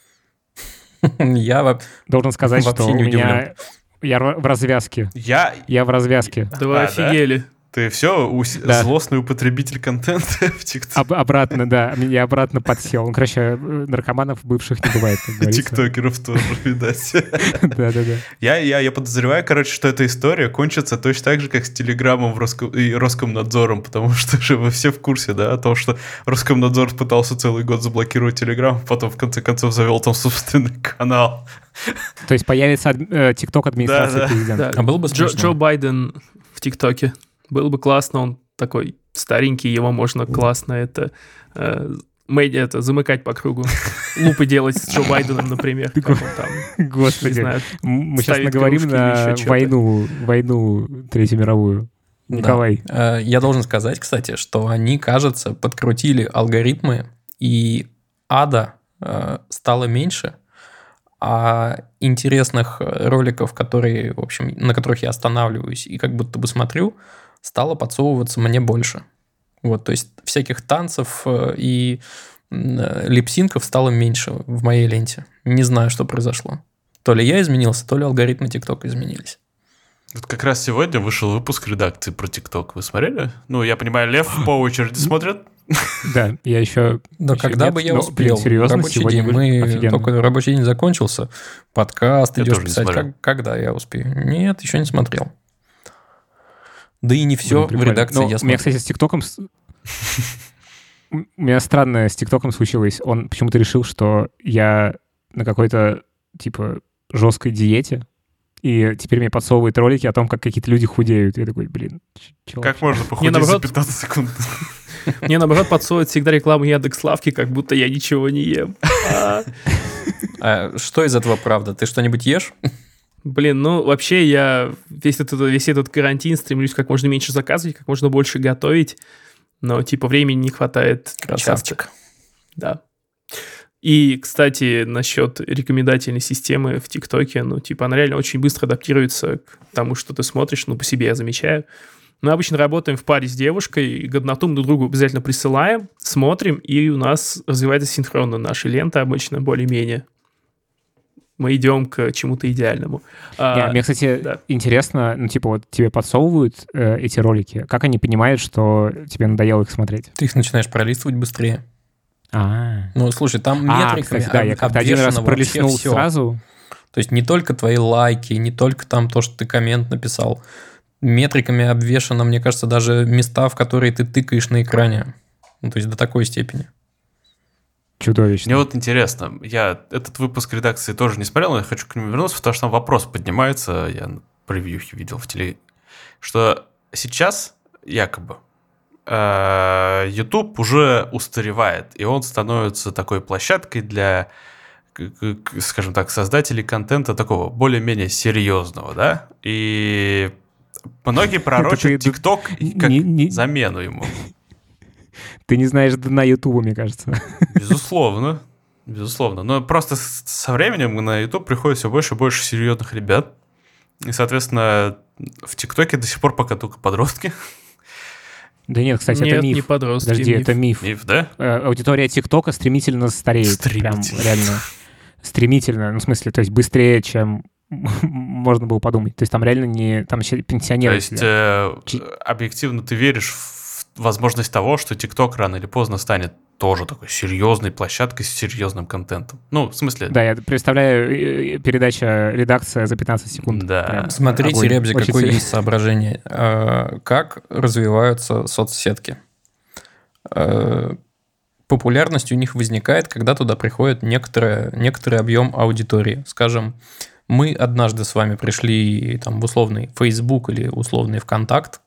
Я Должен сказать, вообще что у не меня... удивлен. Я в развязке. Я... Я в развязке. Да вы А, офигели. Ты все Да. злостный употребитель контента в ТикТоке. Об- обратно, да. Я обратно подсел. Ну, короче, наркоманов бывших не бывает, как говорится. Тиктокеров тоже, видать. Да-да-да. Я, я, я подозреваю, короче, что эта история кончится точно так же, как с Телеграмом в Роско... и Роскомнадзором, потому что же вы все в курсе, да, о том, что Роскомнадзор пытался целый год заблокировать Телеграм, потом в конце концов завел там собственный канал. То есть появится ад- э, TikTok администрации Да, да. президента. Да. А было бы Джо, смешно. Джо Байден в ТикТоке. Было бы классно, он такой старенький, его можно классно это, э, мэ- это замыкать по кругу. Лупы делать с Джо Байденом, например. как он там, не Господи. знаю. М- Мы сейчас ставить наговорим кружки или на еще что-то. войну, войну Третью мировую. Да. Николай. Э, Я должен сказать, кстати, что они, кажется, подкрутили алгоритмы, и ада э, стало меньше, а интересных роликов, которые, в общем, на которых я останавливаюсь и как будто бы смотрю, стало подсовываться мне больше. Вот, то есть всяких танцев э, и э, липсинков стало меньше в моей ленте. Не знаю, что произошло. То ли я изменился, то ли алгоритмы ТикТока изменились. Вот как раз сегодня вышел выпуск редакции про ТикТок. Вы смотрели? Ну, я понимаю, Лев по очереди смотрит. Да, я еще... Да еще когда нет, бы я но, успел? блин, серьезно, рабочий сегодня день. вы- Мы офигенно. только рабочий день закончился. Подкаст Я идешь тоже не писать. смотрел. Как- когда я успею? Нет, еще не смотрел. Да и не все Блин, в прикольно. редакции Но я У меня, смотрю. кстати, с ТикТоком... с- У меня странное с ТикТоком случилось. Он почему-то решил, что я на какой-то, типа, жесткой диете, и теперь мне подсовывают ролики о том, как какие-то люди худеют. Я такой, блин, ч- чё Как вообще? можно похудеть за наоборот- пятнадцать секунд? Мне, наоборот, подсовывают всегда рекламу Яндекс.Лавки, как будто я ничего не ем. А, А что из этого правда? Ты что-нибудь ешь? Блин, ну, вообще я весь этот, весь этот карантин стремлюсь как можно меньше заказывать, как можно больше готовить, но, типа, времени не хватает часто. Красавчик. Да. И, кстати, насчет рекомендательной системы в ТикТоке, ну, типа, она реально очень быстро адаптируется к тому, что ты смотришь, ну, по себе я замечаю. Мы обычно работаем в паре с девушкой, и годноту мы друг другу обязательно присылаем, смотрим, и у нас развивается синхронно наша лента обычно более-менее. Мы идем к чему-то идеальному. Не, А, мне, кстати, да. интересно, ну, типа, вот тебе подсовывают э, эти ролики, как они понимают, что тебе надоело их смотреть? Ты их начинаешь пролистывать быстрее. А, Ну, слушай, там а метриками кстати, да, я об- как-то один раз обвешано вообще пролистнул всё. сразу. То есть не только твои лайки, не только там то, что ты коммент написал. Метриками обвешано, мне кажется, даже места, в которые ты тыкаешь на экране. Ну, то есть до такой степени. Чудовищно. Мне вот интересно, я этот выпуск редакции тоже не смотрел, но я хочу к нему вернуться, потому что там вопрос поднимается, я на превьюхе видел в теле, что сейчас якобы э, YouTube уже устаревает, и он становится такой площадкой для, к- к- скажем так, создателей контента такого более-менее серьезного, да? И многие пророчат ты- TikTok как не- не- замену ему. Ты не знаешь дна Ютуба, мне кажется. Безусловно. Безусловно. Но просто с- со временем на YouTube приходит все больше и больше серьезных ребят. И, соответственно, в ТикТоке до сих пор пока только подростки. Да нет, кстати, Нет, это миф. не подростки. Подожди, миф. это миф. Миф, да? Э, Аудитория ТикТока стремительно стареет. Прям Стремительно. реально. Стремительно. Ну, в смысле, то есть быстрее, чем можно было подумать. То есть там реально не... Там еще То пенсионеры есть, сидят. э, Чи- объективно ты веришь в возможность того, что ТикТок рано или поздно станет тоже такой серьезной площадкой с серьезным контентом. Ну, в смысле... Да, я представляю, э, передача «Редакция за пятнадцать секунд». Да. Прям Смотрите, огонь. Ребзи, Очень какое сер- есть соображение. Э, Как развиваются соцсетки? Э, Популярность у них возникает, когда туда приходит некоторое, некоторый объем аудитории. Скажем, мы однажды с вами пришли там, в условный Facebook или условный ВКонтакт,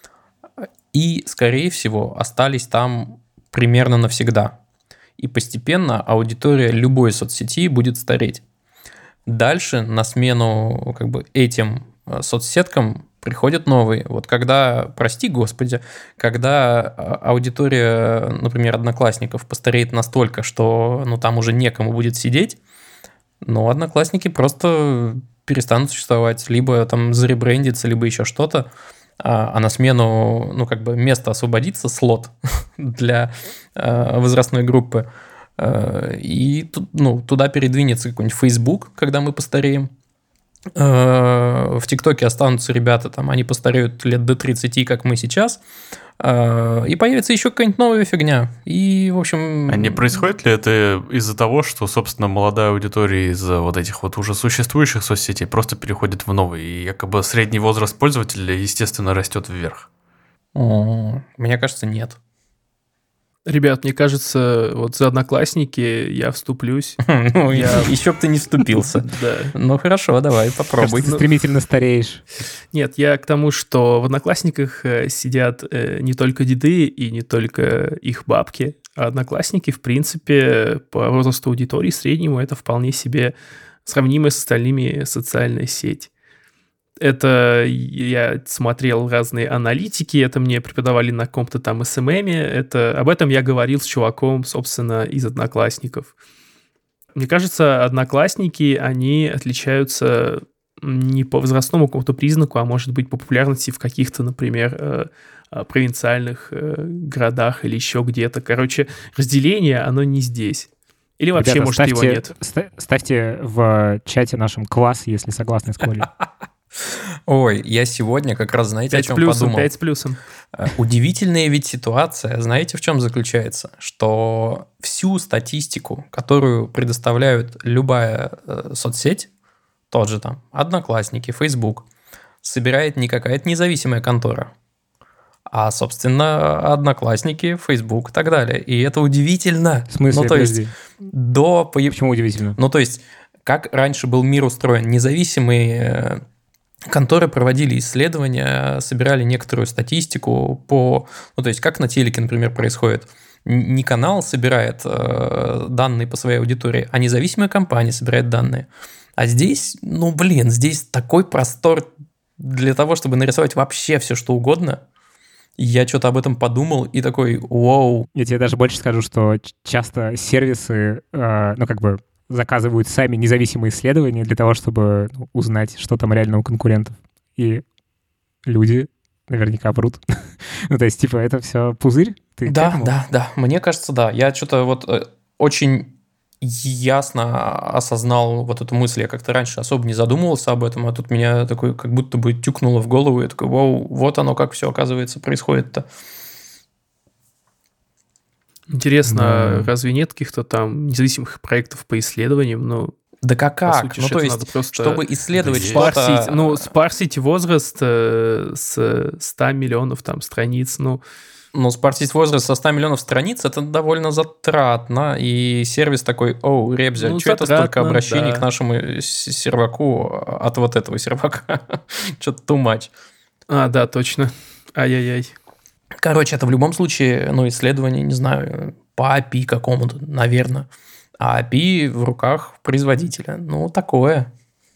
и, скорее всего, остались там примерно навсегда. И постепенно аудитория любой соцсети будет стареть. Дальше на смену как бы этим э, соцсеткам приходят новые. Вот когда, прости господи, когда а, аудитория, например, одноклассников постареет настолько, что ну, там уже некому будет сидеть, но одноклассники просто перестанут существовать, либо там заребрендиться, либо еще что-то. а, а на смену, ну, как бы место освободится, слот для а, возрастной группы, а, и ну, туда передвинется какой-нибудь Facebook, когда мы постареем. А, в ТикТоке останутся ребята, там, они постареют лет до тридцати, как мы сейчас, и появится еще какая-нибудь новая фигня. И, в общем... А не происходит ли это из-за того, что, собственно, молодая аудитория из вот этих вот уже существующих соцсетей просто переходит в новые, и якобы средний возраст пользователя, естественно, растет вверх? О, мне кажется, нет. Ребят, мне кажется, вот за Одноклассники я вступлюсь. Ну, Я- еще бы ты не вступился. Да. Ну, хорошо, давай, попробуй. Кажется, ты стремительно стареешь. Нет, я к тому, что в Одноклассниках э, сидят э, не только деды и не только их бабки, а Одноклассники, в принципе, по возрасту аудитории среднему это вполне себе сравнимая с остальными социальная сеть. Это я смотрел разные аналитики, это мне преподавали на каком-то там эс эм эм, это, об этом я говорил с чуваком, собственно, из Одноклассников. Мне кажется, Одноклассники, они отличаются не по возрастному какому-то признаку, а может быть популярности в каких-то, например, э, э, провинциальных э, городах или еще где-то. Короче, разделение, оно не здесь. Или вообще, Ребята, может, ставьте, его нет. ста- ставьте в чате нашем класс, если согласны с Колей. Ой, я сегодня как раз, знаете, о пять с чем плюсом, подумал? пять с плюсом. Э, Удивительная ведь ситуация, знаете, в чем заключается? Что всю статистику, которую предоставляют любая э, соцсеть, тот же там Одноклассники, Facebook, собирает не какая-то независимая контора, а, собственно, Одноклассники, Facebook и так далее. И это удивительно. В смысле, Ну, то есть, подожди. до... появ- Почему удивительно? Ну, то есть, как раньше был мир устроен, независимые э, конторы проводили исследования, собирали некоторую статистику по... Ну, то есть, как на телеке, например, происходит. Н- Не канал собирает э, данные по своей аудитории, а независимая компания собирает данные. А здесь, ну, блин, здесь такой простор для того, чтобы нарисовать вообще все, что угодно. Я что-то об этом подумал и такой, вау. Я тебе даже больше скажу, что ч- часто сервисы, э, ну, как бы заказывают сами независимые исследования для того, чтобы ну, узнать, что там реально у конкурентов. И люди наверняка врут. Ну, то есть, типа, это все пузырь? Ты к Да, этому? да, да, мне кажется, да. Я что-то вот э, очень ясно осознал вот эту мысль. Я как-то раньше особо не задумывался об этом, а тут меня такой как будто бы тюкнуло в голову. Я такой, вау, вот оно как все, оказывается, происходит-то. Интересно, Да. разве нет каких-то там независимых проектов по исследованиям? Ну, Да как? по как? сути, Ну, ж то это есть, надо просто чтобы исследовать спарсить, что-то... спарсить, ну, спарсить возраст э, с ста миллионов там страниц, ну, Ну, спарсить возраст со ста миллионов страниц, это довольно затратно, и сервис такой, оу, Ребзя, Ну, что это столько затратно, обращений да. к нашему с- серваку от вот этого сервака? Что-то too much. а, да, точно, ай-яй-яй. Короче, это в любом случае, ну, исследование, не знаю, по эй пи ай какому-то, наверное. А эй пи ай в руках производителя. Ну, такое.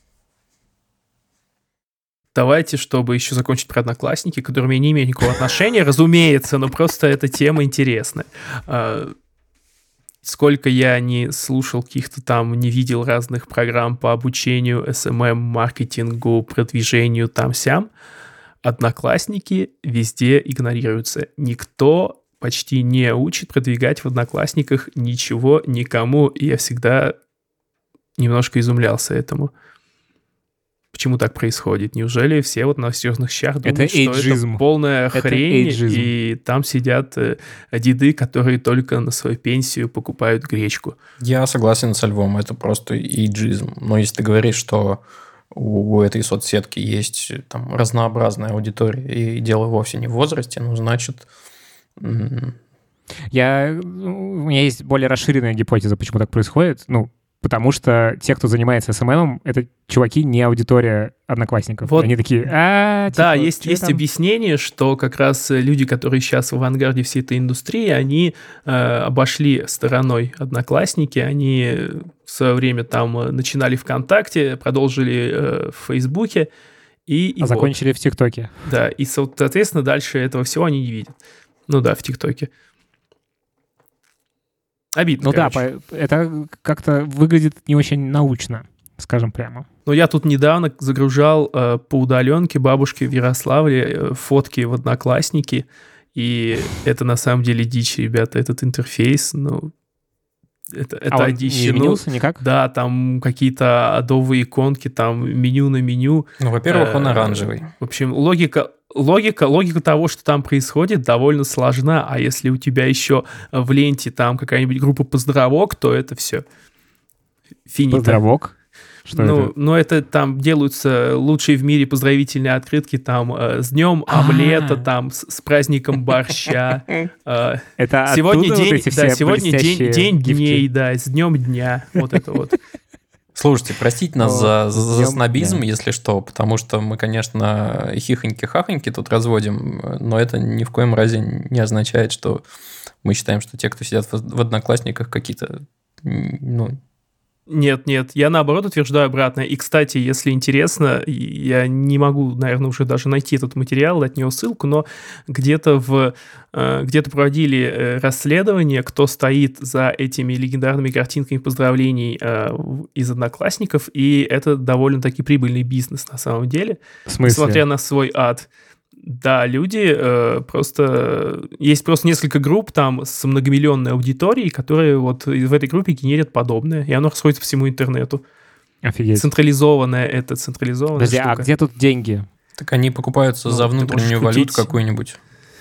Давайте, чтобы еще закончить про Одноклассники, к которым я не имею никакого отношения, разумеется, но просто эта тема интересная. А, Сколько я не слушал каких-то там, не видел разных программ по обучению, эс эм эм, маркетингу, продвижению там-сям, Одноклассники везде игнорируются. Никто почти не учит продвигать в Одноклассниках ничего никому, и я всегда немножко изумлялся этому. Почему так происходит? Неужели все вот на серьезных щах думают, Это что эйджизм. это полная Это хрень, эйджизм. и там сидят э, деды, которые только на свою пенсию покупают гречку. Я согласен со Львом, это просто эйджизм. Но если ты говоришь, что у этой соцсетки есть там разнообразная аудитория, и дело вовсе не в возрасте, ну, значит... м, Я, ну, у меня есть более расширенная гипотеза, почему так происходит. Ну, потому что те, кто занимается эс эм эм, это чуваки не аудитория Одноклассников. Вот. Они такие, а, Да, типа, есть, чё есть там?» объяснение, что как раз э, люди, которые сейчас в авангарде всей этой индустрии, они э, обошли стороной Одноклассники, они в свое время там э, начинали ВКонтакте, продолжили э, в Фейсбуке, и, и А вот. закончили в ТикТоке. Да, и, со- соответственно, дальше этого всего они не видят. Ну да, в ТикТоке. Обидно, Ну да, короче. по- это как-то выглядит не очень научно. скажем прямо. Но я тут недавно загружал э, по удаленке бабушки в Ярославле э, фотки в Одноклассники, и это на самом деле дичь, ребята, этот интерфейс, ну, это, это а он дичь. не изменился ну, никак? Да, там какие-то адовые иконки, там меню на меню. Ну, во-первых, он Э, оранжевый. В общем, логика... Логика, логика того, что там происходит, довольно сложна, а если у тебя еще в ленте там какая-нибудь группа поздоровок, то это все финита. Поздоровок? Что ну, это? ну, это там делаются лучшие в мире поздравительные открытки, там, э, с днем омлета, А. там, с, с праздником борща. э, Это Сегодня оттуда вот день, эти да, все сегодня день, блестящие день гифки? дней, да, с днем дня, вот это вот. Слушайте, простите нас О, за, за, за днем снобизм, дня. если что, потому что мы, конечно, хихоньки-хахоньки тут разводим, но это ни в коем разе не означает, что мы считаем, что те, кто сидят в, в Одноклассниках, какие-то, ну... Нет, нет, я наоборот утверждаю обратное. И, кстати, если интересно, я не могу, наверное, уже даже найти этот материал, дать него ссылку, но где-то в где-то проводили расследование, кто стоит за этими легендарными картинками поздравлений из Одноклассников, и это довольно-таки прибыльный бизнес на самом деле. В смысле? Несмотря на свой ад. Да, люди э, просто... Есть просто несколько групп там с многомиллионной аудиторией, которые вот в этой группе генерят подобное, и оно расходится по всему интернету. Офигеть. Централизованная это, централизованная Подожди, штука. а где тут деньги? Так они покупаются Ну, за ты можешь внутреннюю крутить. валюту какую-нибудь.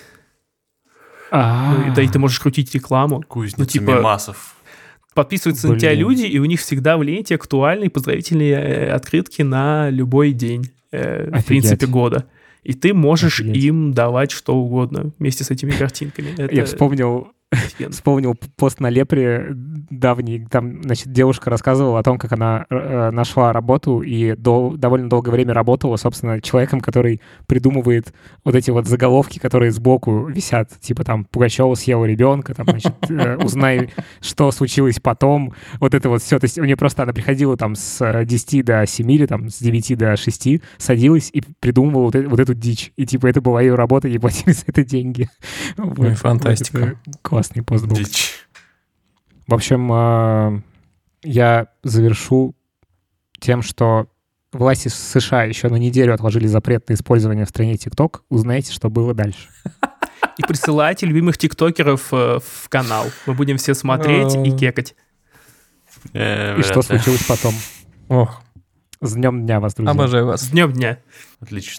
А, Ну, и- да и ты можешь крутить рекламу. Кузница Ну, типа, мемасов. Подписываются на тебя Блин. люди, и у них всегда в ленте актуальные поздравительные э, открытки на любой день, э, в Офигеть. принципе, года. И ты можешь Офигеть. им давать что угодно вместе с этими картинками. Это Я вспомнил, офигенно. вспомнил пост на Лепре давний. Там, значит, девушка рассказывала о том, как она э, нашла работу и дол- довольно долгое время работала, собственно, человеком, который придумывает вот эти вот заголовки, которые сбоку висят, типа там «Пугачева съела ребенка», там, значит, э, «Узнай, что случилось потом», вот это вот все. То есть у нее просто она приходила там с десяти до семи или там с девяти до шести, садилась и придумывала вот, э- вот эту дичь. И типа это была ее работа, ей платили за это деньги. Ну и Вот. фантастика. Это классный пост был. Дичь. В общем, э, я завершу тем, что власти США еще на неделю отложили запрет на использование в стране TikTok. Узнаете, что было дальше. И присылайте любимых тиктокеров э, в канал. Мы будем все смотреть и кекать. Э, И вряд что ли. случилось потом. Ох, С днем дня вас, друзья. обожаю С вас. днем дня. Отлично.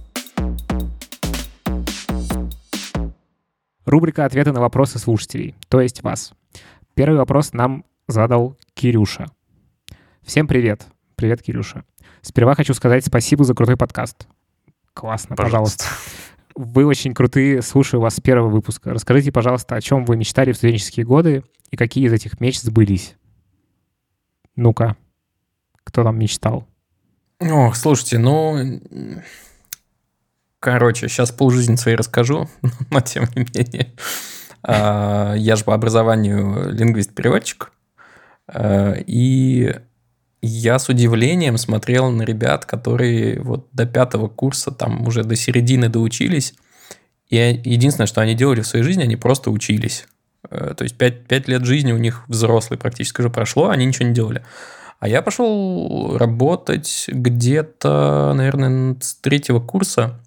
Рубрика «Ответы на вопросы слушателей», то есть вас. Первый вопрос нам задал Кирюша. Всем привет. Привет, Кирюша. Сперва хочу сказать спасибо за крутой подкаст. Классно, пожалуйста. Вы очень крутые, слушаю вас с первого выпуска. Расскажите, пожалуйста, о чем вы мечтали в студенческие годы и какие из этих мечт сбылись. Ну-ка, кто там мечтал? Ох, слушайте, ну... Короче, сейчас полжизни своей расскажу, но тем не менее. А, Я же по образованию лингвист-переводчик. А, И я с удивлением смотрел на ребят, которые вот до пятого курса, там уже до середины доучились. И единственное, что они делали в своей жизни, они просто учились. А, То есть пять, пять лет жизни у них взрослый практически уже прошло, они ничего не делали. А я пошел работать где-то, наверное, с третьего курса.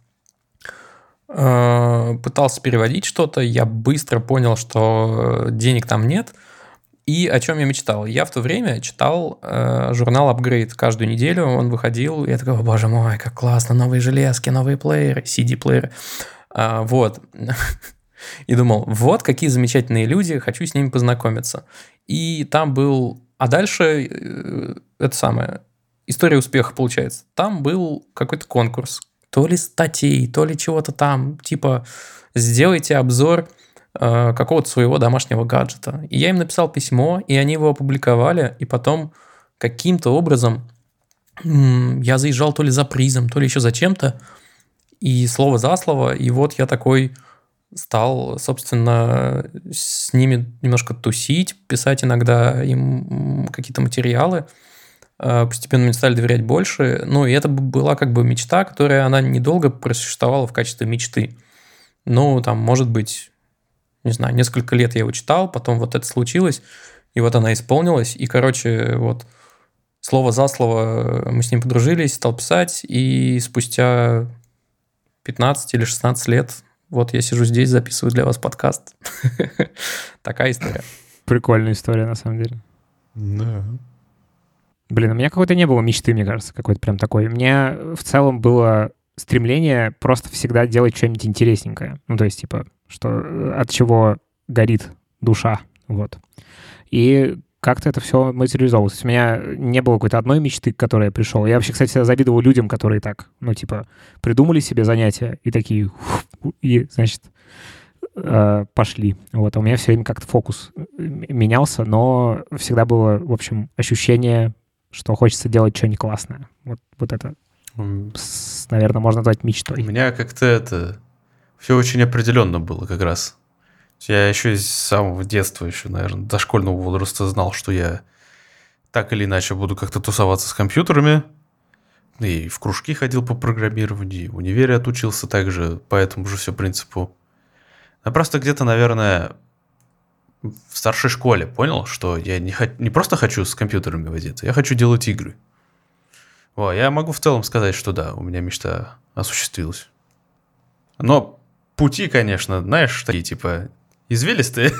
Э, Пытался переводить что-то. Я быстро понял, что денег там нет. И о чем я мечтал? Я в то время читал э, журнал Upgrade каждую неделю. Он выходил. И я такой, о, боже мой, как классно. Новые железки, новые плееры, си ди-плееры. А, вот. И думал, вот какие замечательные люди. Хочу с ними познакомиться. И там был... А дальше э, это самое, история успеха получается. Там был какой-то конкурс, то ли статей, то ли чего-то там, типа сделайте обзор э, какого-то своего домашнего гаджета. И я им написал письмо, и они его опубликовали, и потом каким-то образом м, я заезжал то ли за призом, то ли еще за чем-то, и слово за слово, и вот я такой... стал, собственно, с ними немножко тусить, писать иногда им какие-то материалы. Постепенно мне стали доверять больше. Ну, и это была как бы мечта, которая, она недолго просуществовала в качестве мечты. Ну, там, может быть, не знаю, несколько лет я его читал, потом вот это случилось, и вот она исполнилась. И, короче, вот слово за слово мы с ним подружились, стал писать, и спустя пятнадцать или шестнадцать лет вот я сижу здесь, записываю для вас подкаст. Такая история. Прикольная история, на самом деле. Да. Блин, у меня какой-то не было мечты, мне кажется, какой-то прям такой. У меня в целом было стремление просто всегда делать что-нибудь интересненькое. Ну, то есть, типа, что от чего горит душа, вот. И как-то это все материализовалось. У меня не было какой-то одной мечты, к которой я пришел. Я вообще, кстати, всегда завидовал людям, которые так, ну, типа, придумали себе занятия и такие, и, значит, пошли. Вот. А у меня все время как-то фокус менялся, но всегда было, в общем, ощущение, что хочется делать что-нибудь классное. Вот, вот это, наверное, можно назвать мечтой. У меня как-то это... Все очень определенно было как раз. Я еще с самого детства, еще, наверное, до школьного возраста знал, что я так или иначе буду как-то тусоваться с компьютерами. И в кружки ходил по программированию, и в универе отучился также по этому же все принципу. Я просто где-то, наверное, в старшей школе понял, что я не, х... не просто хочу с компьютерами возиться, я хочу делать игры. О, я могу в целом сказать, что да, у меня мечта осуществилась. Но пути, конечно, знаешь, такие типа извилистые,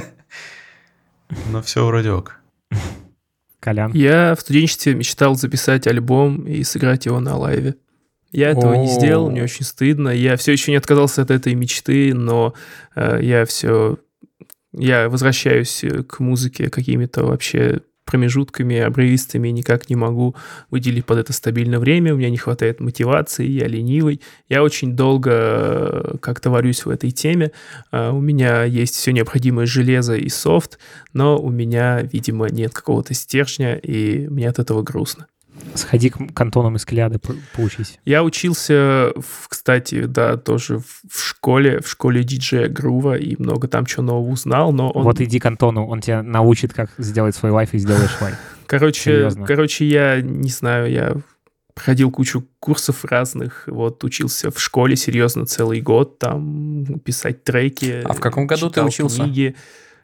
но все вроде ок. Колян. Я в студенчестве мечтал записать альбом и сыграть его на лайве. Я этого не сделал, мне очень стыдно. Я все еще не отказался от этой мечты, но э, я все... Я возвращаюсь к музыке какими-то вообще промежутками, обрывистыми, никак не могу выделить под это стабильное время, у меня не хватает мотивации, я ленивый. Я очень долго как-то варюсь в этой теме. У меня есть все необходимое железо и софт, но у меня, видимо, нет какого-то стержня, и мне от этого грустно. Сходи к Антону Маскеляде, поучись. Я учился, в, кстати, да, тоже в, в школе, в школе диджея Грува, и много там чего нового узнал, но он... Вот иди к Антону, он тебя научит, как сделать свой лайф, и сделаешь лайф. Короче, Серьезно. короче, я не знаю, я проходил кучу курсов разных, вот, учился в школе серьезно целый год, там, писать треки. А в каком году ты учился? Книги.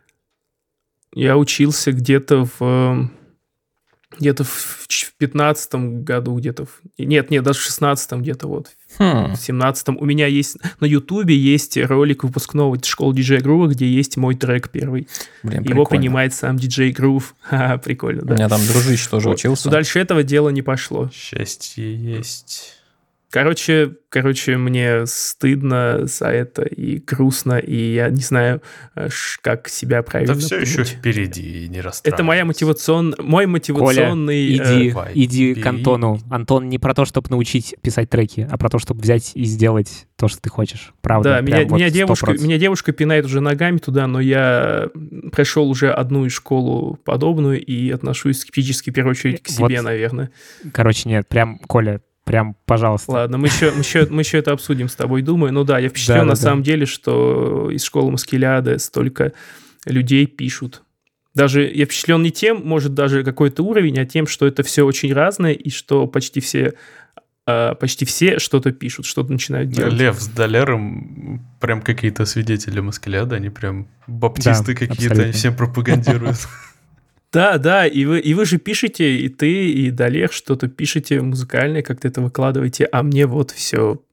Я учился где-то в... Где-то в пятнадцатом году, где-то... В... Нет, нет, даже в шестнадцатом где-то вот. Хм. В семнадцатом. У меня есть... На Ютубе есть ролик выпускного школы диджея Грува, где есть мой трек первый. Блин, Его прикольно. понимает сам диджей Грув. Ха-ха, прикольно, да. У меня там дружище тоже Вот. учился. Но дальше этого дела не пошло. Счастье есть. Короче, короче, мне стыдно за это и грустно, и я не знаю, ш- как себя правильно Это все пнуть. еще впереди, не расстраивайся. Это моя мотивацион... мой мотивационный... Коля, иди, э, Давай, иди бери. к Антону.Антон не про то, чтобы научить писать треки, а про то, чтобы взять и сделать то, что ты хочешь. Правда. Да, прям меня, вот меня, сто девушка, процентов. меня девушка пинает уже ногами туда, но я прошел уже одну школу подобную и отношусь скептически, в первую очередь, к себе, Вот. наверное. Короче, нет, прям, Коля, прям, пожалуйста. Ладно, мы еще, мы, еще, мы еще это обсудим с тобой, думаю. Ну да, я впечатлен Да, да, на да. самом деле, что из школы Маскеляде столько людей пишут. Даже я впечатлен не тем, может, даже какой-то уровень, а тем, что это все очень разное, и что почти все, э, почти все что-то пишут, что-то начинают делать. Лев с Доляром прям какие-то свидетели Маскеляда, они прям баптисты Да, какие-то, абсолютно. они всем пропагандируют. Да, да, и вы, и вы же пишете, и ты, и Далер что-то пишете музыкальное, как-то это выкладываете, а мне вот все...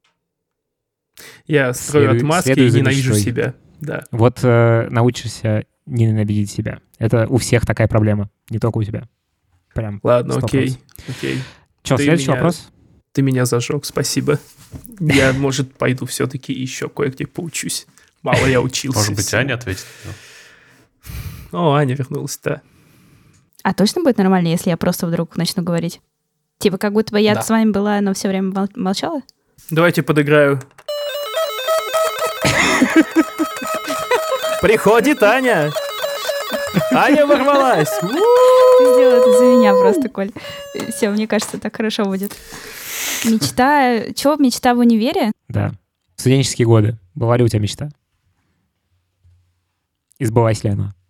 Я строю Следуй- отмазки следуй и за ненавижу мечтой. себя. Да. Вот э, научишься не ненавидеть себя. Это у всех такая проблема, не только у тебя. Прям. Ладно, сто окей, процентов. окей. Че, Ты следующий меня- вопрос? Ты меня зажег, спасибо. Я, может, пойду все-таки еще кое-где поучусь. Мало я учился. Может быть, всему. Аня ответит? О, Аня вернулась, да. А точно будет нормально, если я просто вдруг начну говорить? Типа, как будто бы я Да. с вами была, но все время мол- молчала? Давайте подыграю. Приходит Аня. Аня ворвалась. Ты сделала это за меня просто, Коль. Все, мне кажется, так хорошо будет. Мечта... Чего мечта в универе? Да. Студенческие годы. Была ли у тебя мечта? И сбылась ли она?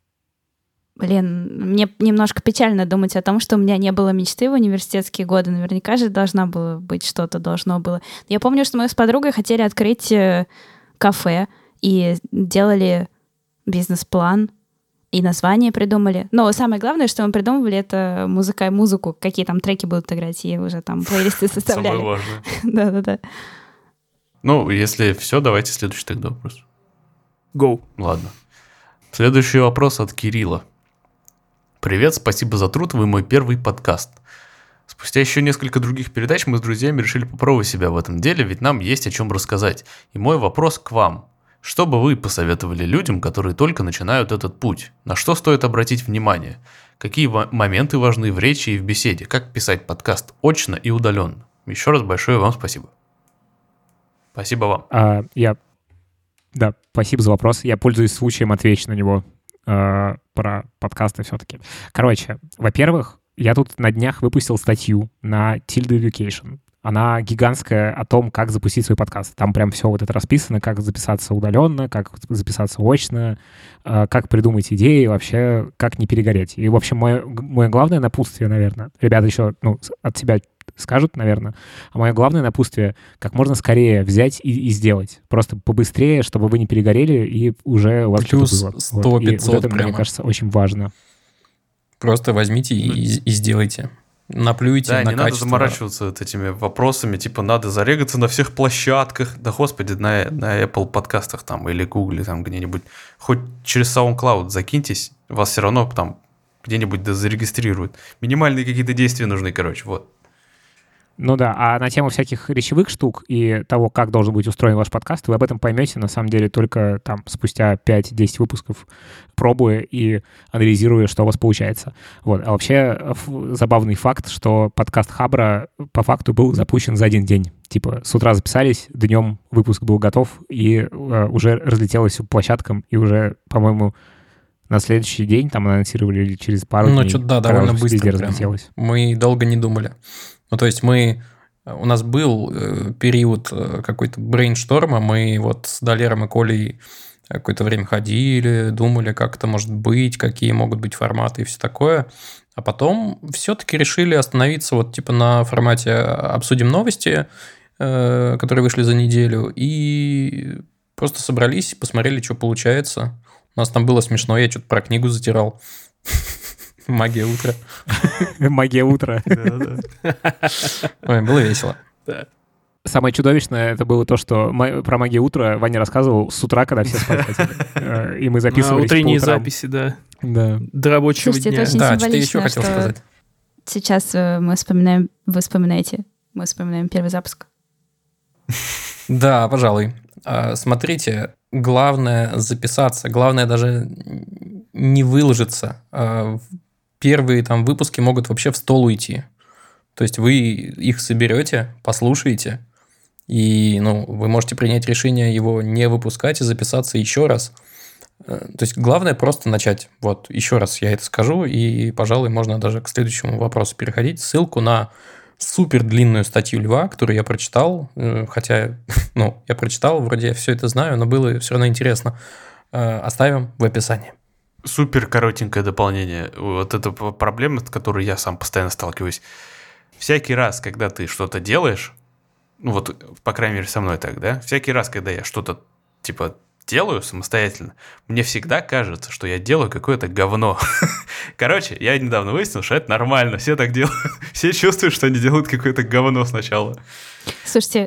Блин, мне немножко печально думать о том, что у меня не было мечты в университетские годы. Наверняка же должна была быть что-то, должно было. Я помню, что мы с подругой хотели открыть э, кафе и делали бизнес-план. и название придумали. Но самое главное, что мы придумывали, это музыка, музыку, какие там треки будут играть, и уже там плейлисты составляли. Самое важное. Да-да-да. Ну, если все, давайте следующий тогда вопрос. Go. Ладно. Следующий вопрос от Кирилла. Привет, спасибо за труд, вы мой первый подкаст. Спустя еще несколько других передач мы с друзьями решили попробовать себя в этом деле, ведь нам есть о чем рассказать. И мой вопрос к вам. Что бы вы посоветовали людям, которые только начинают этот путь? На что стоит обратить внимание? Какие моменты важны в речи и в беседе? Как писать подкаст очно и удаленно? Еще раз большое вам спасибо. Спасибо вам. А, я... Да, спасибо за вопрос. Я пользуюсь случаем, отвечу на него э, про подкасты все-таки. Короче, во-первых, я тут на днях выпустил статью на Tilda Education. Она гигантская о том, как запустить свой подкаст. Там прям все вот это расписано, как записаться удаленно, как записаться очно, э, как придумать идеи, вообще, как не перегореть. И, в общем, мое, мое главное напутствие, наверное, ребята еще ну, от себя скажут, наверное, а мое главное напутствие — как можно скорее взять и, и сделать. Просто побыстрее, чтобы вы не перегорели, и уже у вас Плюс что-то было. сто пятьсот вот. И вот это, прямо. мне кажется, очень важно. Просто возьмите и, и сделайте. Наплюйте Да, на не качество. надо заморачиваться вот этими вопросами, типа надо зарегаться на всех площадках, да господи, на, на Apple подкастах там или Google там где-нибудь, хоть через SoundCloud закиньтесь, вас все равно там где-нибудь да зарегистрируют. Минимальные какие-то действия нужны, короче, вот. Ну да, а на тему всяких речевых штук и того, как должен быть устроен ваш подкаст, вы об этом поймете, на самом деле, только там спустя пять-десять выпусков, пробуя и анализируя, что у вас получается. Вот. А вообще ф- забавный факт, что подкаст Хабра по факту был запущен за один день. Типа с утра записались, днем выпуск был готов, и э, уже разлетелось по площадкам, и уже, по-моему, на следующий день там анонсировали или через пару Ну, дней. что-то, да, когда довольно уже везде быстро прям. разлетелось. Мы долго не думали. Ну, то есть мы... У нас был э, период э, какой-то брейншторма, мы вот с Далером и Колей какое-то время ходили, думали, как это может быть, какие могут быть форматы и все такое. А потом все-таки решили остановиться вот типа на формате «обсудим новости», э, которые вышли за неделю, и просто собрались, посмотрели, что получается. У нас там было смешно, я что-то про книгу затирал. Магия утра. Магия утра. Ой, было весело. Самое чудовищное это было то, что ма- про магию утра Ваня рассказывал с утра, когда все спать хотели. Э, И мы записывались по Утренние утрам. записи, да. Да. До рабочего Слушайте, дня. это очень Да, что ты еще символично, хотел что сказать? сейчас э, мы вспоминаем, вы вспоминаете, мы вспоминаем первый запуск. Да, пожалуй. А, Смотрите, главное записаться, главное даже не выложиться. А, в- Первые там выпуски могут вообще в стол уйти. То есть вы их соберете, послушаете, и ну, вы можете принять решение его не выпускать и записаться еще раз. Э, То есть главное просто начать. Вот, еще раз я это скажу, и, пожалуй, можно даже к следующему вопросу переходить. Ссылку на супер длинную статью Льва, которую я прочитал, э, хотя, ну, я прочитал, вроде я все это знаю, но было все равно интересно. Э, Оставим в описании. Супер коротенькое дополнение. Вот это п- проблема, с которой я сам постоянно сталкиваюсь. Всякий раз, когда ты что-то делаешь, ну вот, по крайней мере, со мной так, да? Всякий раз, когда я что-то, типа, делаю самостоятельно, мне всегда кажется, что я делаю какое-то говно. Короче, я недавно выяснил, что это нормально. Все так делают. Все чувствуют, что они делают какое-то говно сначала. Слушайте,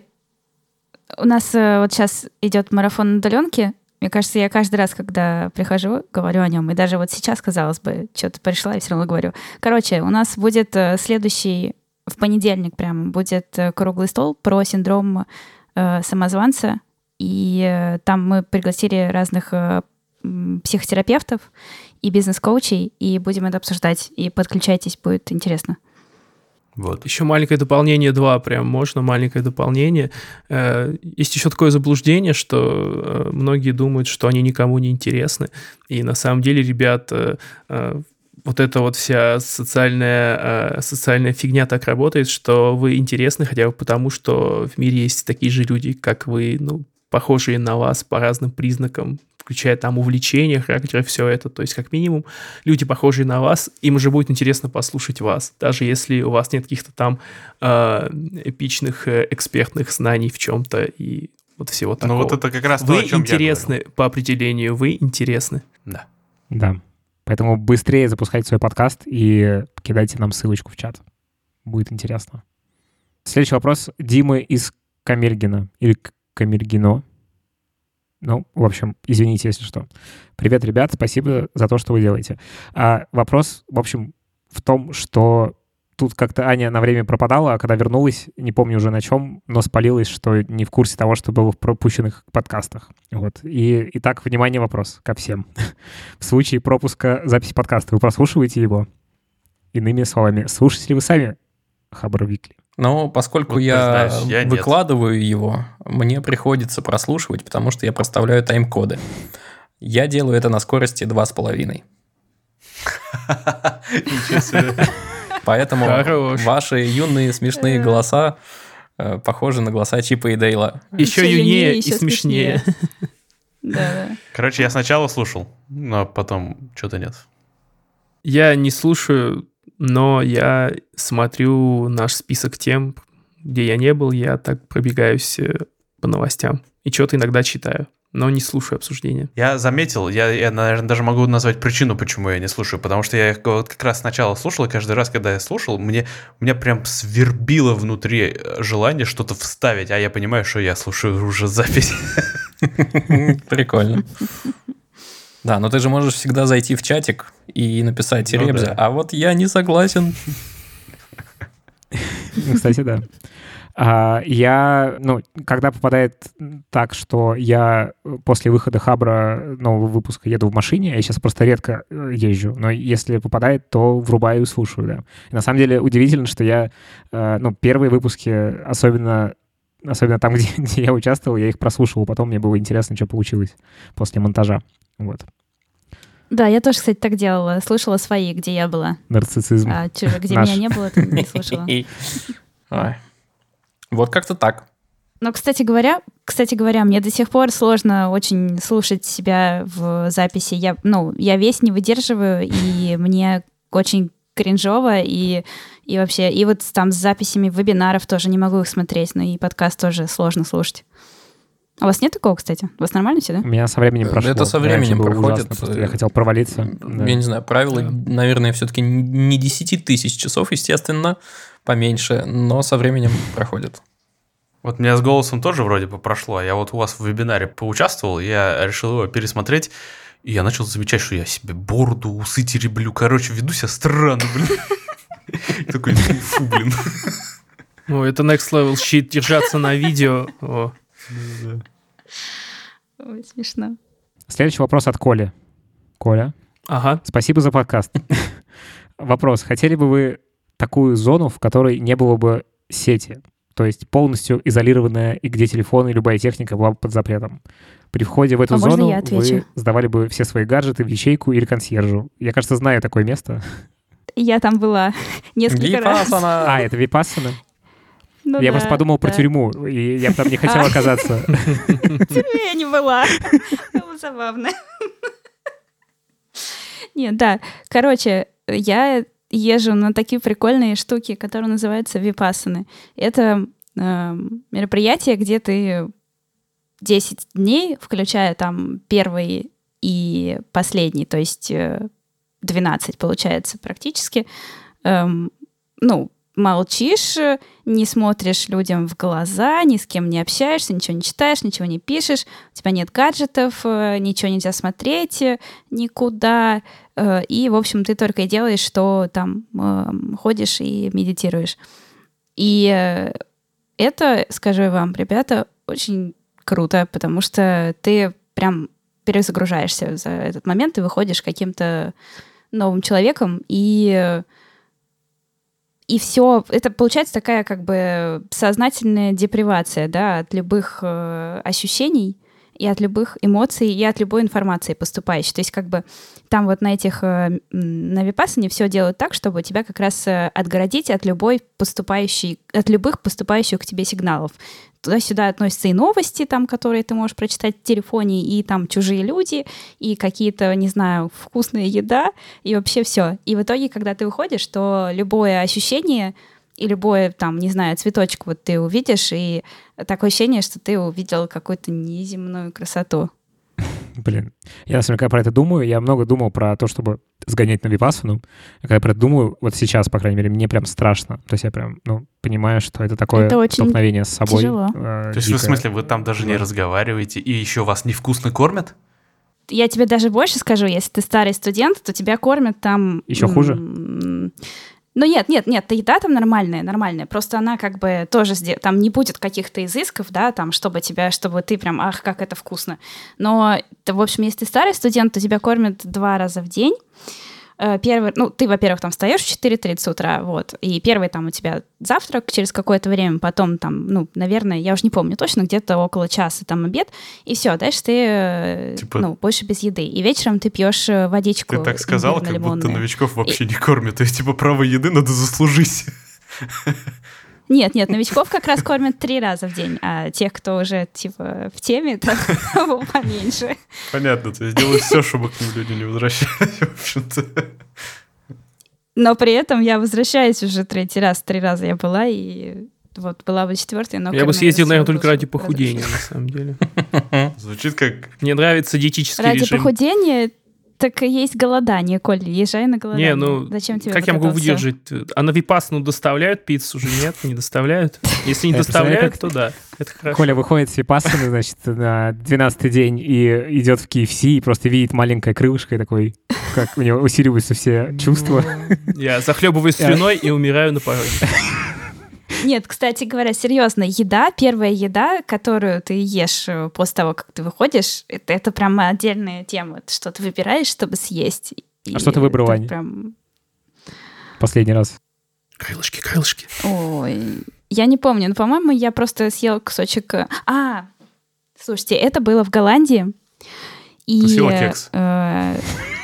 у нас э, вот сейчас идет марафон удаленки. Мне кажется, я каждый раз, когда прихожу, говорю о нем. И даже вот сейчас, казалось бы, что-то пришла и все равно говорю. Короче, у нас будет э, следующий, в понедельник прямо, будет э, круглый стол про синдром э, самозванца. И э, там мы пригласили разных э, м, психотерапевтов и бизнес-коучей, и будем это обсуждать. И подключайтесь, будет интересно. Вот. Еще маленькое дополнение, два прям можно, маленькое дополнение. Э, Есть еще такое заблуждение, что э, многие думают, что они никому не интересны. И на самом деле, ребят, э, э, вот эта вот вся социальная, э, социальная фигня так работает, что вы интересны хотя бы потому, что в мире есть такие же люди, как вы, ну, похожие на вас по разным признакам, включая там увлечения, характер, все это. То есть, как минимум, люди, похожие на вас, им уже будет интересно послушать вас, даже если у вас нет каких-то там э, эпичных э, экспертных знаний в чем-то и вот всего такого. Ну вот это как раз то, Вы о чем я интересны говорил. по определению, вы интересны. Да. Да. Поэтому быстрее запускайте свой подкаст и кидайте нам ссылочку в чат. Будет интересно. Следующий вопрос Димы из Камергина. Или Камергино. Ну, в общем, извините, если что. Привет, ребят, спасибо за то, что вы делаете. А вопрос, в общем, в том, что тут как-то Аня на время пропадала, а когда вернулась, не помню уже на чем, но спалилась, что не в курсе того, что было в пропущенных подкастах. Вот. И, итак, внимание, вопрос ко всем. В случае пропуска записи подкаста вы прослушиваете его? Иными словами, слушаете ли вы сами Хабр Weekly? Но поскольку Вот, я, признаюсь, я нет. выкладываю его, мне приходится прослушивать, потому что я проставляю тайм-коды. Я делаю это на скорости два с половиной. Ничего себе. Поэтому Хорош. ваши юные смешные голоса э, похожи на голоса Чипа и Дейла. Еще Ещё юнее и ещё смешнее. Да, да. Короче, я сначала слушал, но потом что-то нет. Я не слушаю, но я смотрю наш список тем, где я не был, я так пробегаюсь э, по новостям. И что-то иногда читаю, но не слушаю обсуждения. Я заметил, я, я, наверное, даже могу назвать причину, почему я не слушаю, потому что я их вот как раз сначала слушал, и каждый раз, когда я слушал, мне, меня прям свербило внутри желание что-то вставить, а я понимаю, что я слушаю уже запись. Прикольно. Да, но ты же можешь всегда зайти в чатик и написать Ну Ребзе, да. а вот я не согласен. Ну, кстати, да. А, я, ну, когда попадает так, что я после выхода Хабра нового выпуска еду в машине, я сейчас просто редко э, езжу, но если попадает, то врубаю и слушаю, да. И на самом деле удивительно, что я, э, ну, первые выпуски, особенно, особенно там, где, где я участвовал, я их прослушивал, потом мне было интересно, что получилось после монтажа. Вот. Да, я тоже, кстати, так делала. Слушала свои, где я была. Нарциссизм. А чё, где Наш. меня не было, то не слушала. Ой. Вот как-то так. Но, кстати говоря, кстати говоря, мне до сих пор сложно очень слушать себя в записи. Я, ну, я весь не выдерживаю, и мне очень кринжово, и, и вообще, и вот там с записями вебинаров тоже не могу их смотреть, но и подкаст тоже сложно слушать. А у вас нет такого, кстати? У вас нормально все, да? У меня со временем прошло. Это со Раньше временем было проходит. ужасно, просто я хотел провалиться. Да. Я не знаю, правило, Да. наверное, все-таки не десять тысяч часов, естественно, поменьше, но со временем проходит. Вот меня с голосом тоже вроде бы прошло, а я вот у вас в вебинаре поучаствовал, я решил его пересмотреть, и я начал замечать, что я себе бороду, усы тереблю, короче, веду себя странно, блин. Такой, фу, блин. О, это next level щит, держаться на видео. О. Ой, смешно. Следующий вопрос от Коли. Коля, Ага. спасибо за подкаст. Вопрос. Хотели бы вы такую зону, в которой не было бы сети? То есть полностью изолированная, и где телефон и любая техника была бы под запретом. При входе в эту А можно зону я отвечу? вы сдавали бы все свои гаджеты в ячейку или консьержу. Я, кажется, знаю такое место. Я там была несколько раз. Випассана! А, это Випассана? Ну Я да, просто подумал про да. тюрьму, и я там не хотел А. оказаться. В тюрьме я не была. Было забавно. Нет, да. Короче, я езжу на такие прикольные штуки, которые называются випассаны. Это э, мероприятие, где ты десять дней, включая там первый и последний, то есть э, двенадцать получается практически, эм, ну, молчишь, не смотришь людям в глаза, ни с кем не общаешься, ничего не читаешь, ничего не пишешь, у тебя нет гаджетов, э, ничего нельзя смотреть э, никуда, э, и, в общем, ты только и делаешь, что там э, ходишь и медитируешь. И э, это, скажу я вам, ребята, очень круто, потому что ты прям перезагружаешься за этот момент, ты выходишь каким-то новым человеком, и И все, это получается такая как бы сознательная депривация, да, от любых э, ощущений и от любых эмоций, и от любой информации поступающей. То есть как бы там вот на этих, э, на випассане все делают так, чтобы тебя как раз э, отгородить от любой поступающей, от любых поступающих к тебе сигналов. Туда-сюда относятся и новости, там, которые ты можешь прочитать в телефоне, и там чужие люди, и какие-то, не знаю, вкусная еда, и вообще все. И в итоге, когда ты выходишь, то любое ощущение и любое, там, не знаю, цветочек вот ты увидишь, и такое ощущение, что ты увидел какую-то неземную красоту. Блин, я на самом деле, когда про это думаю, я много думал про то, чтобы сгонять на випассану. А когда про это думаю, вот сейчас, по крайней мере, мне прям страшно. То есть я прям, ну, понимаю, что это такое Это очень столкновение с собой. тяжело. э, То есть, вы, в дикое. смысле, вы там даже не разговариваете, и еще вас невкусно кормят? Я тебе даже больше скажу, если ты старый студент, то тебя кормят там... Еще хуже? м, Ну нет, нет, нет, еда там нормальная, нормальная. Просто она как бы тоже... сде- Там не будет каких-то изысков, да, там, чтобы тебя, чтобы ты прям, ах, как это вкусно. Но, т- в общем, если ты старый студент, то тебя кормят два раза в день. Э, Первый, ну, ты, во-первых, там встаешь в четыре тридцать утра, вот, и первый там у тебя завтрак через какое-то время, потом там, ну, наверное, я уже не помню точно, где-то около часа там обед, и все, дальше ты, э, Типа- ну, больше без еды. И вечером ты пьешь э, водичку Ты так сказала, как будто имбирно-лимонную. новичков вообще не кормят. То есть, типа, право еды надо заслужить. Нет, нет, новичков как раз кормят три раза в день, а тех, кто уже, типа, в теме, то поменьше. Понятно, то есть делают все, чтобы к ним люди не возвращались, в общем-то. Но при этом я возвращаюсь уже третий раз, три раза я была, и вот была бы четвертая, но... Я бы коронавирус съездил, наверное, всё только ради разрушил. похудения, на самом деле. Звучит как... Мне нравится диетический Ради режим. похудения так и есть голодание, Коль, езжай на голодание. Не, ну, Зачем тебе как я вот могу это вот всё? выдержать? А на Випассану доставляют пиццу уже? Нет, не доставляют? Если не Я представляю, доставляют, как- то да, это хорошо. Коля выходит с випассаны, значит, на двенадцатый день и идет в кей эф си и просто видит маленькое крылышко и такой, как у него усиливаются все чувства. Я захлебываюсь Я- слюной и умираю на пороге. Нет, кстати говоря, серьезно, еда, первая еда, которую ты ешь э, после того, как ты выходишь, это, это прям отдельная тема. Это что ты выбираешь, чтобы съесть. И А что ты выбрала, это Аня? прям... Последний раз. Крылышки, крылышки. Ой, я не помню, но, по-моему, я просто съела кусочек... э, А, слушайте, это было в Голландии. И Ты съела кекс? э,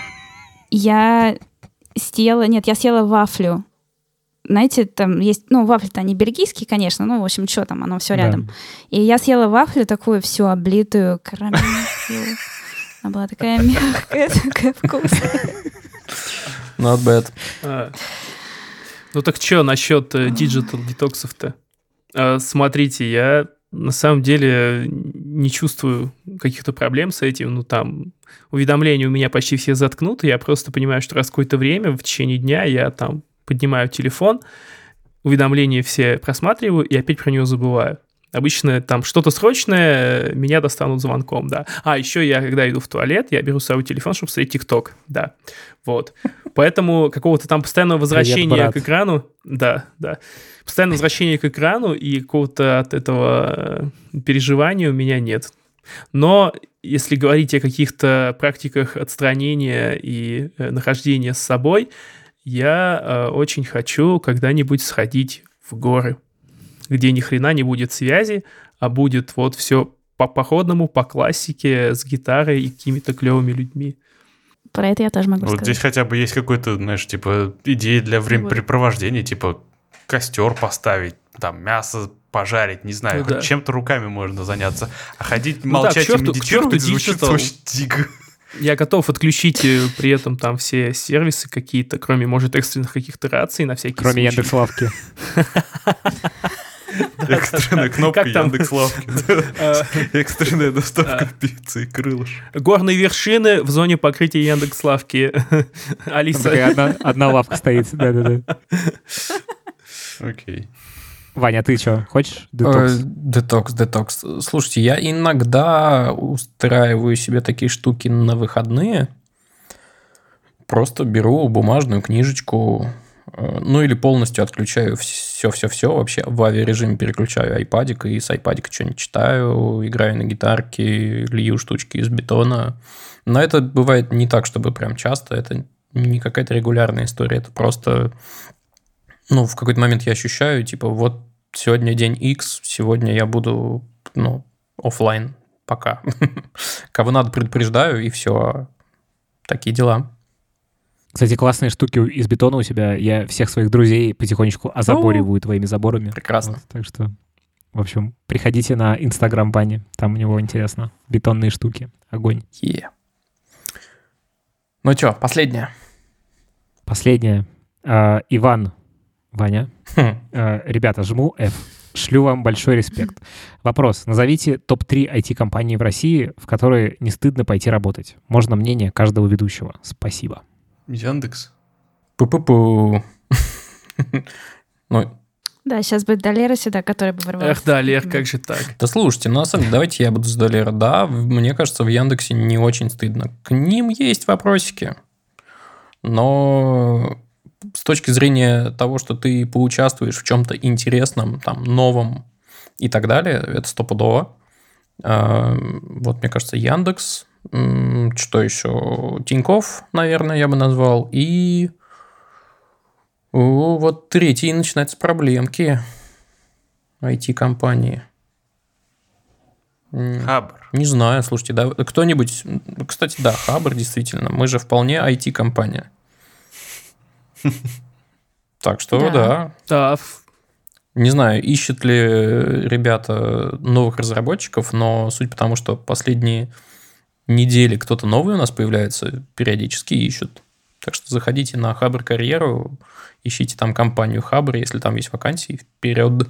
я съела... Нет, я съела вафлю. Знаете, там есть... Ну, вафли-то они бельгийские, конечно. Ну, в общем, что там, оно все Да. рядом. И я съела вафлю такую всю облитую карамелью. Она была такая мягкая, такая вкусная. Not bad. А. Ну так что насчет э, диджитал детоксов-то? А, смотрите, я на самом деле не чувствую каких-то проблем с этим. Ну там уведомления у меня почти все заткнуты. Я просто понимаю, что раз какое-то время в течение дня я там поднимаю телефон, уведомления все просматриваю и опять про него забываю. Обычно там что-то срочное, меня достанут звонком, да. А, еще я, когда иду в туалет, я беру с собой телефон, чтобы смотреть ТикТок, да. Вот. Поэтому какого-то там постоянного возвращения брат. к экрану, да, да, постоянного возвращения к экрану и какого-то от этого э, переживания у меня нет. Но если говорить о каких-то практиках отстранения и э, нахождения с собой, я э, очень хочу когда-нибудь сходить в горы, где ни хрена не будет связи, а будет вот все по походному, по классике, с гитарой и какими-то клевыми людьми. Про это я тоже могу Вот сказать. здесь хотя бы есть какой-то, знаешь, типа, идея для времяпрепровождения, типа, костер поставить, там, мясо пожарить, не знаю, Ну хоть да. чем-то руками можно заняться. А ходить, Ну молчать да, к черту- и к медитировать черту звучит диджитал. очень дико. Я готов отключить э, при этом там все сервисы какие-то, кроме, может, экстренных каких-то раций на всякий Кроме случай. Яндекс.Лавки. Экстренная кнопка Как там? Яндекс.Лавки. Э, Экстренная доставка А. пиццы и крылышек. Горные вершины в зоне покрытия Яндекс.Лавки. Там Алиса. такая одна, одна лавка стоит. Да-да-да. Окей. Ваня, а ты что, хочешь Э, детокс? Детокс, детокс. Слушайте, я иногда устраиваю себе такие штуки на выходные. Просто беру бумажную книжечку, э, ну или полностью отключаю все-все-все, вообще в авиарежиме переключаю айпадик, и с айпадика что-нибудь читаю, играю на гитарке, лью штучки из бетона. Но это бывает не так, чтобы прям часто, это не какая-то регулярная история, это просто... Ну, в какой-то момент я ощущаю, типа, вот сегодня день X, сегодня я буду, ну, оффлайн пока. Кого надо, предупреждаю, и все. Такие дела. Кстати, классные штуки из бетона у тебя. Я всех своих друзей потихонечку озабориваю твоими заборами. Прекрасно. Вот, так что, в общем, приходите на Инстаграм Вани. Там у него интересно. Бетонные штуки. Огонь. Е. Ну что, последнее. Последнее. А, Иван. Ваня. Хм. А, ребята, жму F. шлю вам большой респект. Вопрос. Назовите топ три ай ти-компании в России, в которые не стыдно пойти работать. Можно мнение каждого ведущего. Спасибо. Яндекс. Пу-пу-пу. Ну, Да, сейчас будет Долера сюда, который бы ворвался. Эх, да, Лер, как же так? да слушайте, ну, на самом деле, давайте я буду с Долера. Да, в- мне кажется, в Яндексе не очень стыдно. К ним есть вопросики. Но с точки зрения того, что ты поучаствуешь в чем-то интересном, там, новом и так далее, это стопудово. А, Вот, мне кажется, Яндекс. М, Что еще? Тинькофф, наверное, я бы назвал. И о, вот третий начинаются проблемки ай ти-компании. М, Хабр. Не знаю, слушайте, да, кто-нибудь... Кстати, да, Хабр, действительно. Мы же вполне ай ти-компания. Так что, Да. да. Да, ф- Не знаю, ищут ли ребята новых разработчиков, но суть потому, что последние недели кто-то новый у нас появляется, периодически ищут. Так что заходите на Хабр карьеру, ищите там компанию Хабр, если там есть вакансии, вперед.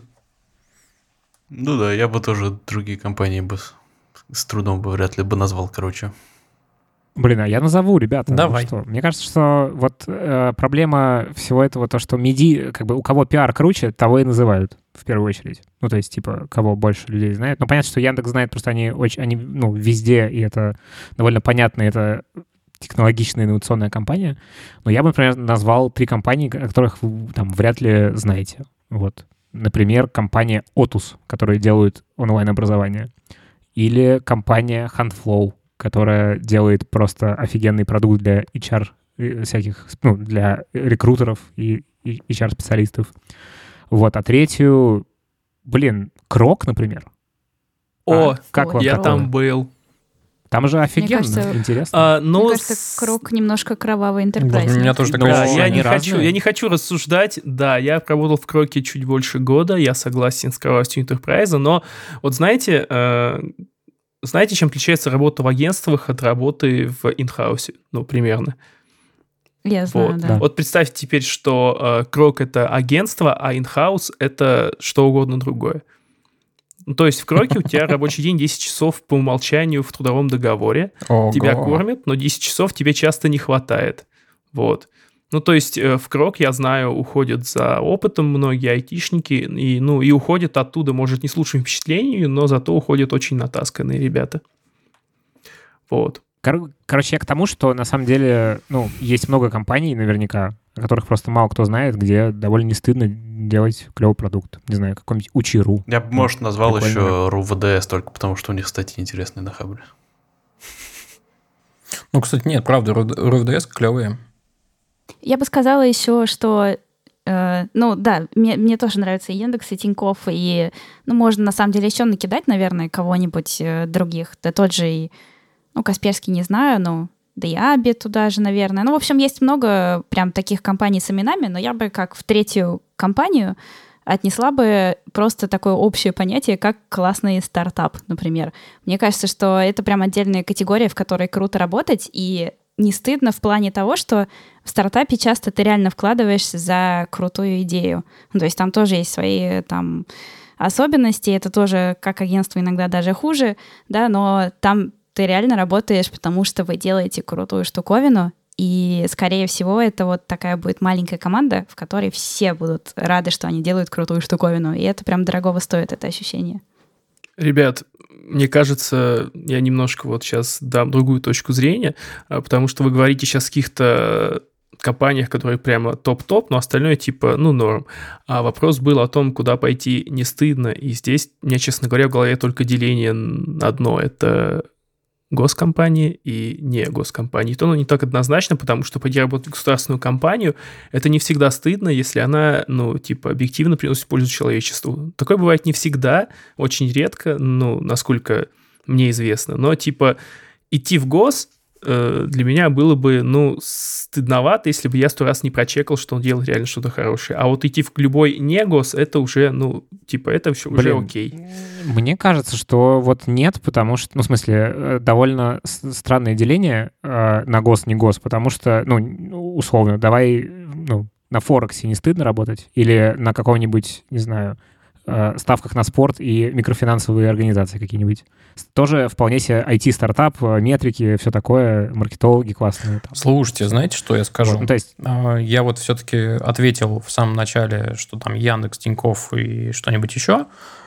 Ну да, я бы тоже другие компании бы с- с трудом бы вряд ли бы назвал, короче. Блин, а я назову, ребята. Ну Давай. что, мне кажется, что вот э, проблема всего этого, то, что меди, как бы у кого пиар круче, того и называют в первую очередь. Ну, то есть, типа, кого больше людей знает. Но понятно, что Яндекс знает, просто они очень, они, ну, везде, и это довольно понятно, это технологичная инновационная компания. Но я бы, например, назвал три компании, о которых вы там вряд ли знаете. Вот. Например, компания Otus, которая делает онлайн-образование. Или компания Handflow, которая делает просто офигенный продукт для эйч ар э, всяких, ну, для рекрутеров и, и эйч ар-специалистов. Вот, а третью, блин, Крок, например. О, А, как вам я такое? там был. Там же офигенно, кажется, интересно. А, ну, Мне кажется, с- Крок немножко кровавый Вот enterprise. у меня тоже Но такое Да, я ощущение. не, они хочу, разные. я не хочу рассуждать. Да, я работал в Кроке чуть больше года, я согласен с кровавостью Enterprise, но вот знаете, э, знаете, чем отличается работа в агентствах от работы в инхаусе? Ну, примерно. Я знаю, Вот. да. Вот представьте теперь, что э, Крок — это агентство, а инхаус — это что угодно другое. Ну, то есть в Кроке у тебя рабочий день десять часов по умолчанию в трудовом договоре. Ого. Тебя кормят, но десять часов тебе часто не хватает. Вот. Ну, то есть э, в Крок, я знаю, уходят за опытом многие айтишники, и, ну, и уходят оттуда, может, не с лучшим впечатлением, но зато уходят очень натасканные ребята. Вот. Кор- Короче, я к тому, что на самом деле, ну, есть много компаний наверняка, о которых просто мало кто знает, где довольно не стыдно делать клевый продукт. Не знаю, какой-нибудь Учи.ру. Я бы, может, назвал Прикольно. еще РУ-ВДС только потому, что у них статьи интересные на Хабре. Ну, кстати, нет, правда, РУ-ВДС клевые. Я бы сказала еще, что, э, ну да, мне, мне тоже нравится и Яндекс, и Тинькофф, и, ну, можно на самом деле еще накидать, наверное, кого-нибудь э, других. Да тот же и, ну, Касперский не знаю, но да и Аби туда же, наверное. Ну, в общем, есть много прям таких компаний с именами, но я бы как в третью компанию отнесла бы просто такое общее понятие, как классный стартап, например. Мне кажется, что это прям отдельная категория, в которой круто работать, и не стыдно в плане того, что в стартапе часто ты реально вкладываешься за крутую идею. Ну, то есть там тоже есть свои там особенности, это тоже как агентство иногда даже хуже, да, но там ты реально работаешь, потому что вы делаете крутую штуковину, и, скорее всего, это вот такая будет маленькая команда, в которой все будут рады, что они делают крутую штуковину, и это прям дорогого стоит, это ощущение. Ребят, мне кажется, я немножко вот сейчас дам другую точку зрения, а, потому что вы говорите сейчас о каких-то компаниях, которые прямо топ-топ, но остальное типа, ну, норм. А вопрос был о том, куда пойти не стыдно, и здесь у меня, честно говоря, в голове только деление на одно. Это госкомпании и не госкомпании. То, ну, не так однозначно, потому что пойти работать в государственную компанию, это не всегда стыдно, если она, ну, типа, объективно приносит пользу человечеству. Такое бывает не всегда, очень редко, ну, насколько мне известно. Но, типа, идти в гос э, для меня было бы, ну, стыдновато, если бы я сто раз не прочекал, что он делает реально что-то хорошее. А вот идти в любой не гос, это уже, ну, типа, это все уже Блин, окей. Мне кажется, что вот нет, потому что, ну, в смысле, э, довольно с- странное деление э, на гос, не гос, потому что, ну, условно, давай, ну, на Форексе не стыдно работать? Или на каком-нибудь, не знаю, э, ставках на спорт и микрофинансовые организации какие-нибудь. Тоже вполне себе ай ти-стартап, метрики, все такое, маркетологи классные. Там. Слушайте, знаете, что я скажу? Вот, ну, то есть... Я вот все-таки ответил в самом начале, что там Яндекс, Тинькофф и что-нибудь еще,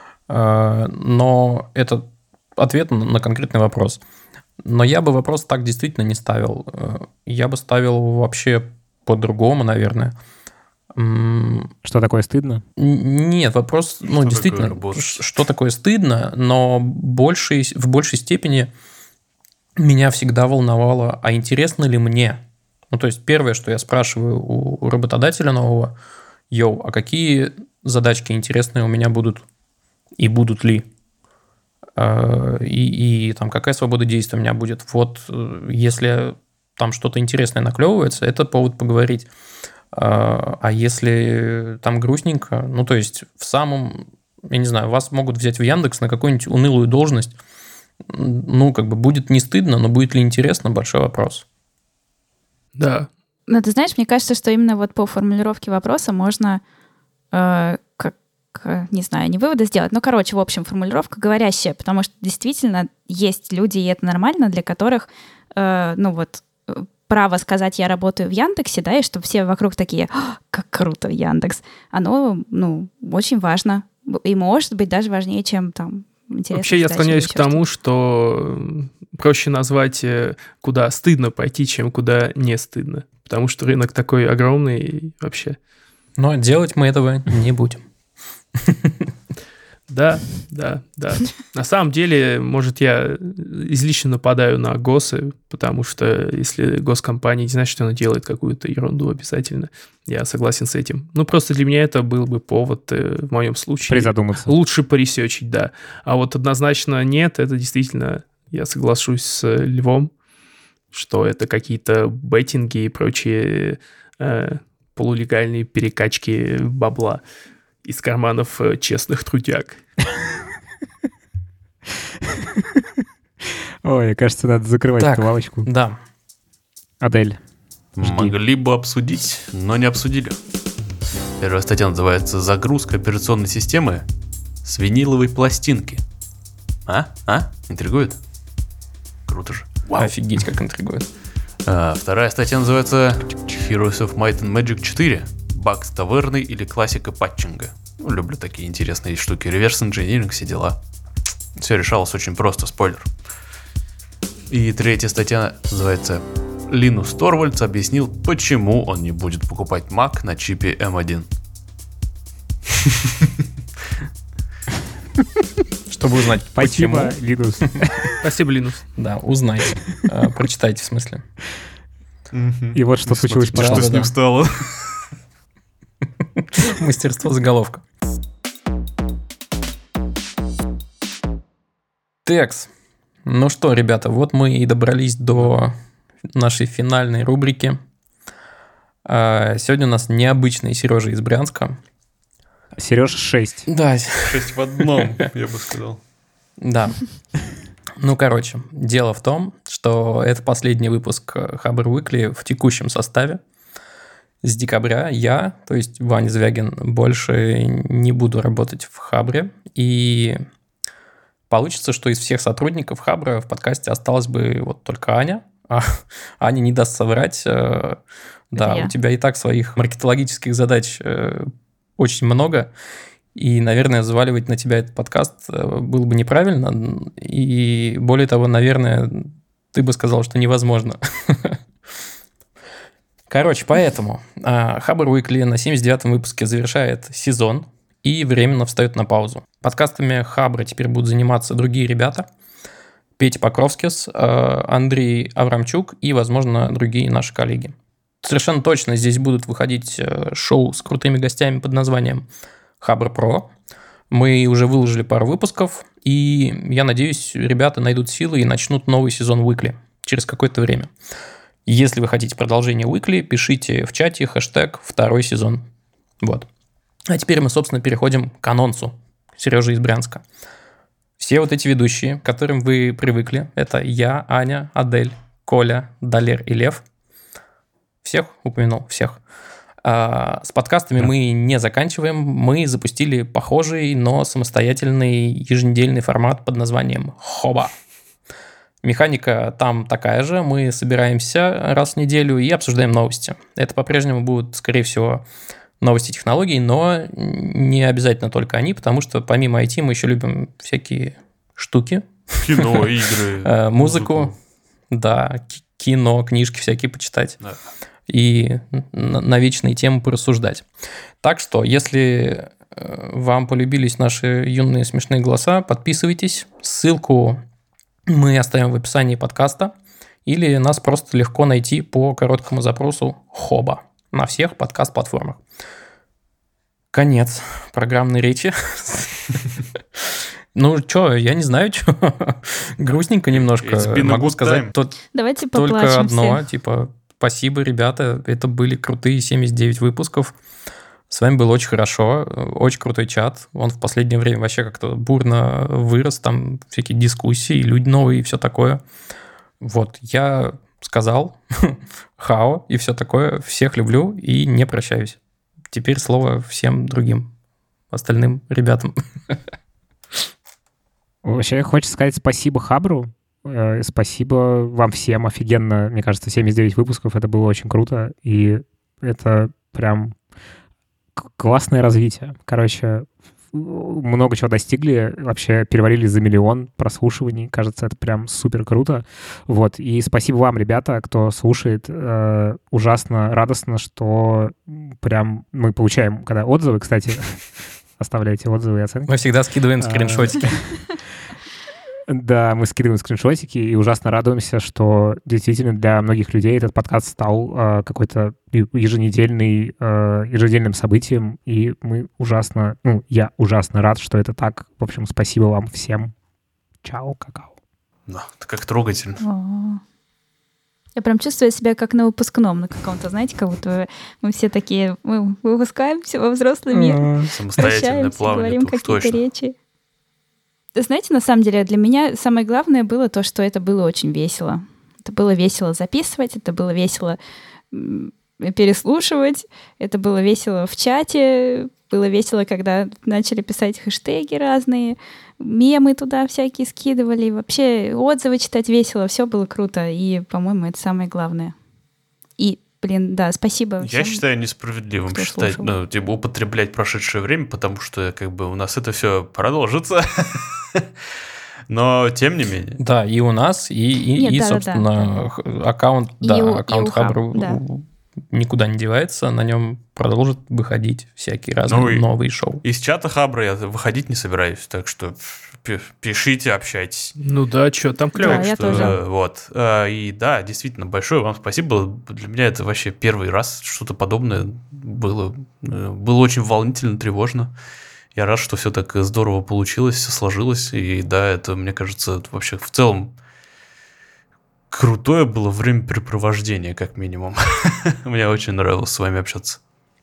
но это ответ на конкретный вопрос. Но я бы вопрос так действительно не ставил. Я бы ставил вообще по-другому, наверное. Что такое стыдно? Нет, вопрос, ну, что действительно, такое что такое стыдно, но большей, в большей степени меня всегда волновало, а интересно ли мне? Ну, то есть, первое, что я спрашиваю у работодателя нового, йоу, а какие задачки интересные у меня будут и будут ли? И, и там какая свобода действия у меня будет? Вот если там что-то интересное наклевывается, это повод поговорить. А если там грустненько, ну, то есть в самом, я не знаю, вас могут взять в Яндекс на какую-нибудь унылую должность, ну, как бы будет не стыдно, но будет ли интересно, большой вопрос. Да. Ну, ты знаешь, мне кажется, что именно вот по формулировке вопроса можно, э, как, не знаю, не выводы сделать, но, короче, в общем, формулировка говорящая, потому что действительно есть люди, и это нормально, для которых, э, ну, вот, право сказать «я работаю в Яндексе», да, и чтобы все вокруг такие «как круто, Яндекс», оно, ну, очень важно. И может быть даже важнее, чем там интересно. Вообще я склоняюсь к тому, что проще назвать, куда стыдно пойти, чем куда не стыдно. Потому что рынок такой огромный и вообще. Но делать мы этого не будем. Да, да, да. На самом деле, может, я излишне нападаю на госы, потому что если госкомпания не знает, что она делает какую-то ерунду обязательно, я согласен с этим. Ну, просто для меня это был бы повод в моем случае. Призадуматься. Лучше поресечить, да. А вот однозначно нет, это действительно, я соглашусь с Львом, что это какие-то беттинги и прочие э, полулегальные перекачки бабла из карманов честных трудяг. Ой, кажется, надо закрывать Так, эту лавочку. Да. Адель. Жди. Могли бы обсудить, но не обсудили. Первая статья называется «Загрузка операционной системы с виниловой пластинки». А? А? Интригует? Круто же. Вау. Офигеть, как интригует. А, вторая статья называется «Heroes of Might and Magic четыре. Баг с таверной или классика патчинга». Ну, люблю такие интересные штуки. Реверс-инжиниринг, все дела. Все решалось очень просто, спойлер. И третья статья называется «Линус Торвальдс объяснил, почему он не будет покупать Mac на чипе эм один». Чтобы узнать, Спасибо, почему. Линус. Спасибо, Линус. Да, узнайте. А, прочитайте, в смысле. И вот что случилось Что потом. с ним стало? Мастерство заголовка. Текс. Ну что, ребята, вот мы и добрались до нашей финальной рубрики. Сегодня у нас необычный Сережа из Брянска. Сереж шесть. Да. Шесть в одном, я бы сказал. Да. Ну, короче, дело в том, что это последний выпуск Хабр Weekly в текущем составе. С декабря я, то есть Ваня Звягин, больше не буду работать в Хабре. И получится, что из всех сотрудников Хабра в подкасте осталась бы вот только Аня. А Аня не даст соврать. Да, я. У тебя и так своих маркетологических задач очень много. И, наверное, заваливать на тебя этот подкаст было бы неправильно. И более того, наверное, ты бы сказал, что невозможно. Короче, поэтому Хабр Weekly на семьдесят девятом выпуске завершает сезон и временно встает на паузу. Подкастами Хабра теперь будут заниматься другие ребята. Петя Покровскис, Андрей Аврамчук и, возможно, другие наши коллеги. Совершенно точно здесь будут выходить шоу с крутыми гостями под названием Хабр Про. Мы уже выложили пару выпусков, и я надеюсь, ребята найдут силы и начнут новый сезон Weekly через какое-то время. Если вы хотите продолжение Weekly, пишите в чате хэштег «Второй сезон». Вот. А теперь мы, собственно, переходим к анонсу Сережи из Брянска. Все вот эти ведущие, к которым вы привыкли, это я, Аня, Адель, Коля, Далер и Лев. Всех упомянул? Всех. А, с подкастами Да. мы не заканчиваем. Мы запустили похожий, но самостоятельный еженедельный формат под названием «Хоба». Механика там такая же. Мы собираемся раз в неделю и обсуждаем новости. Это по-прежнему будут, скорее всего, новости технологий, но не обязательно только они, потому что помимо ай ти мы еще любим всякие штуки. Кино, игры, Э, Музыку, да, ки- кино, книжки всякие почитать. Да. И на, на вечные темы порассуждать. Так что, если э, вам полюбились наши юные смешные голоса, подписывайтесь. Ссылку мы оставим в описании подкаста. Или нас просто легко найти по короткому запросу «Хоба» на всех подкаст-платформах. Конец программной речи. Ну, что, я не знаю, что. Грустненько немножко. It's been a Могу good сказать time. тот- Давайте только поплачем одно. все. Типа, спасибо, ребята. Это были крутые семьдесят девять выпусков. С вами было очень хорошо. Очень крутой чат. Он в последнее время вообще как-то бурно вырос. Там всякие дискуссии, люди новые и все такое. Вот, я сказал хао и все такое. Всех люблю и не прощаюсь. Теперь слово всем другим остальным ребятам. Вообще хочется сказать спасибо Хабру. Э, Спасибо вам всем. Офигенно. Мне кажется, семьдесят девять выпусков. Это было очень круто. И это прям к- классное развитие. Короче, много чего достигли. Вообще перевалили за миллион прослушиваний. Кажется, это прям супер круто. Вот. И спасибо вам, ребята, кто слушает. Э, Ужасно радостно, что прям мы получаем, когда отзывы, кстати, оставляйте отзывы и оценки. Мы всегда скидываем А. скриншотики. Да, мы скидываем скриншотики и ужасно радуемся, что действительно для многих людей этот подкаст стал э, какой-то еженедельный, э, еженедельным событием, и мы ужасно, ну, я ужасно рад, что это так. В общем, спасибо вам всем. Чао, какао. Да, это как трогательно. О. Я прям чувствую себя как на выпускном, на каком-то, знаете, как будто мы все такие, мы выпускаемся во взрослый мир, Самостоятельное прощаемся, плавание, говорим это уж какие-то точно. речи. Знаете, на самом деле, для меня самое главное было то, что это было очень весело. Это было весело записывать, это было весело м, переслушивать, это было весело в чате, было весело, когда начали писать хэштеги разные, мемы туда всякие скидывали, вообще отзывы читать весело, все было круто, и, по-моему, это самое главное. И, блин, да, спасибо Я всем. считаю несправедливым кто считать, слушал. ну, типа, употреблять прошедшее время, потому что, как бы, у нас это все продолжится. Но, тем не менее. Да, и у нас, и, и, Нет, и, да-да-да, собственно, х- аккаунт, И да, у- и аккаунт у Хаб, Хабра да. никуда не девается, на нем продолжат выходить всякие разные Ну и- новые шоу. Из чата Хабра я выходить не собираюсь, так что пи- пишите, общайтесь. Ну да, что, там клево. Да, я Что, тоже. э, Вот. Э, И да, действительно, большое вам спасибо. Для меня это вообще первый раз что-то подобное было. Э, Было очень волнительно, тревожно. Я рад, что все так здорово получилось, все сложилось. И да, это, мне кажется, это вообще в целом крутое было времяпрепровождение, как минимум. Мне очень нравилось с вами общаться.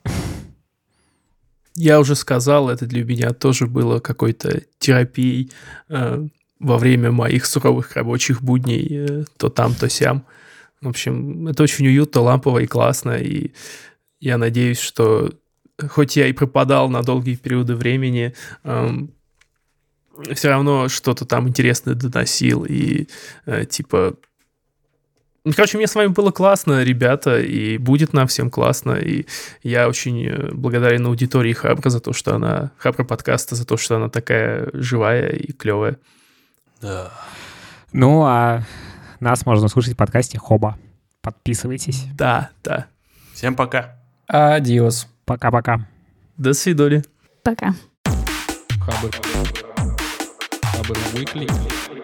Я уже сказал, это для меня тоже было какой-то терапией э, во время моих суровых рабочих будней, э, то там, то сям. В общем, это очень уютно, лампово и классно, и я надеюсь, что хоть я и пропадал на долгие периоды времени, эм, все равно что-то там интересное доносил, и э, типа... Ну, короче, мне с вами было классно, ребята, и будет нам всем классно, и я очень э, благодарен аудитории Хабра за то, что она, Хабра подкаста, за то, что она такая живая и клевая. Да. Ну, а нас можно слушать в подкасте Хоба. Подписывайтесь. Да, да. Всем пока. Адиос. Пока-пока. До свидания. Пока. Хабр. Хабр Weekly.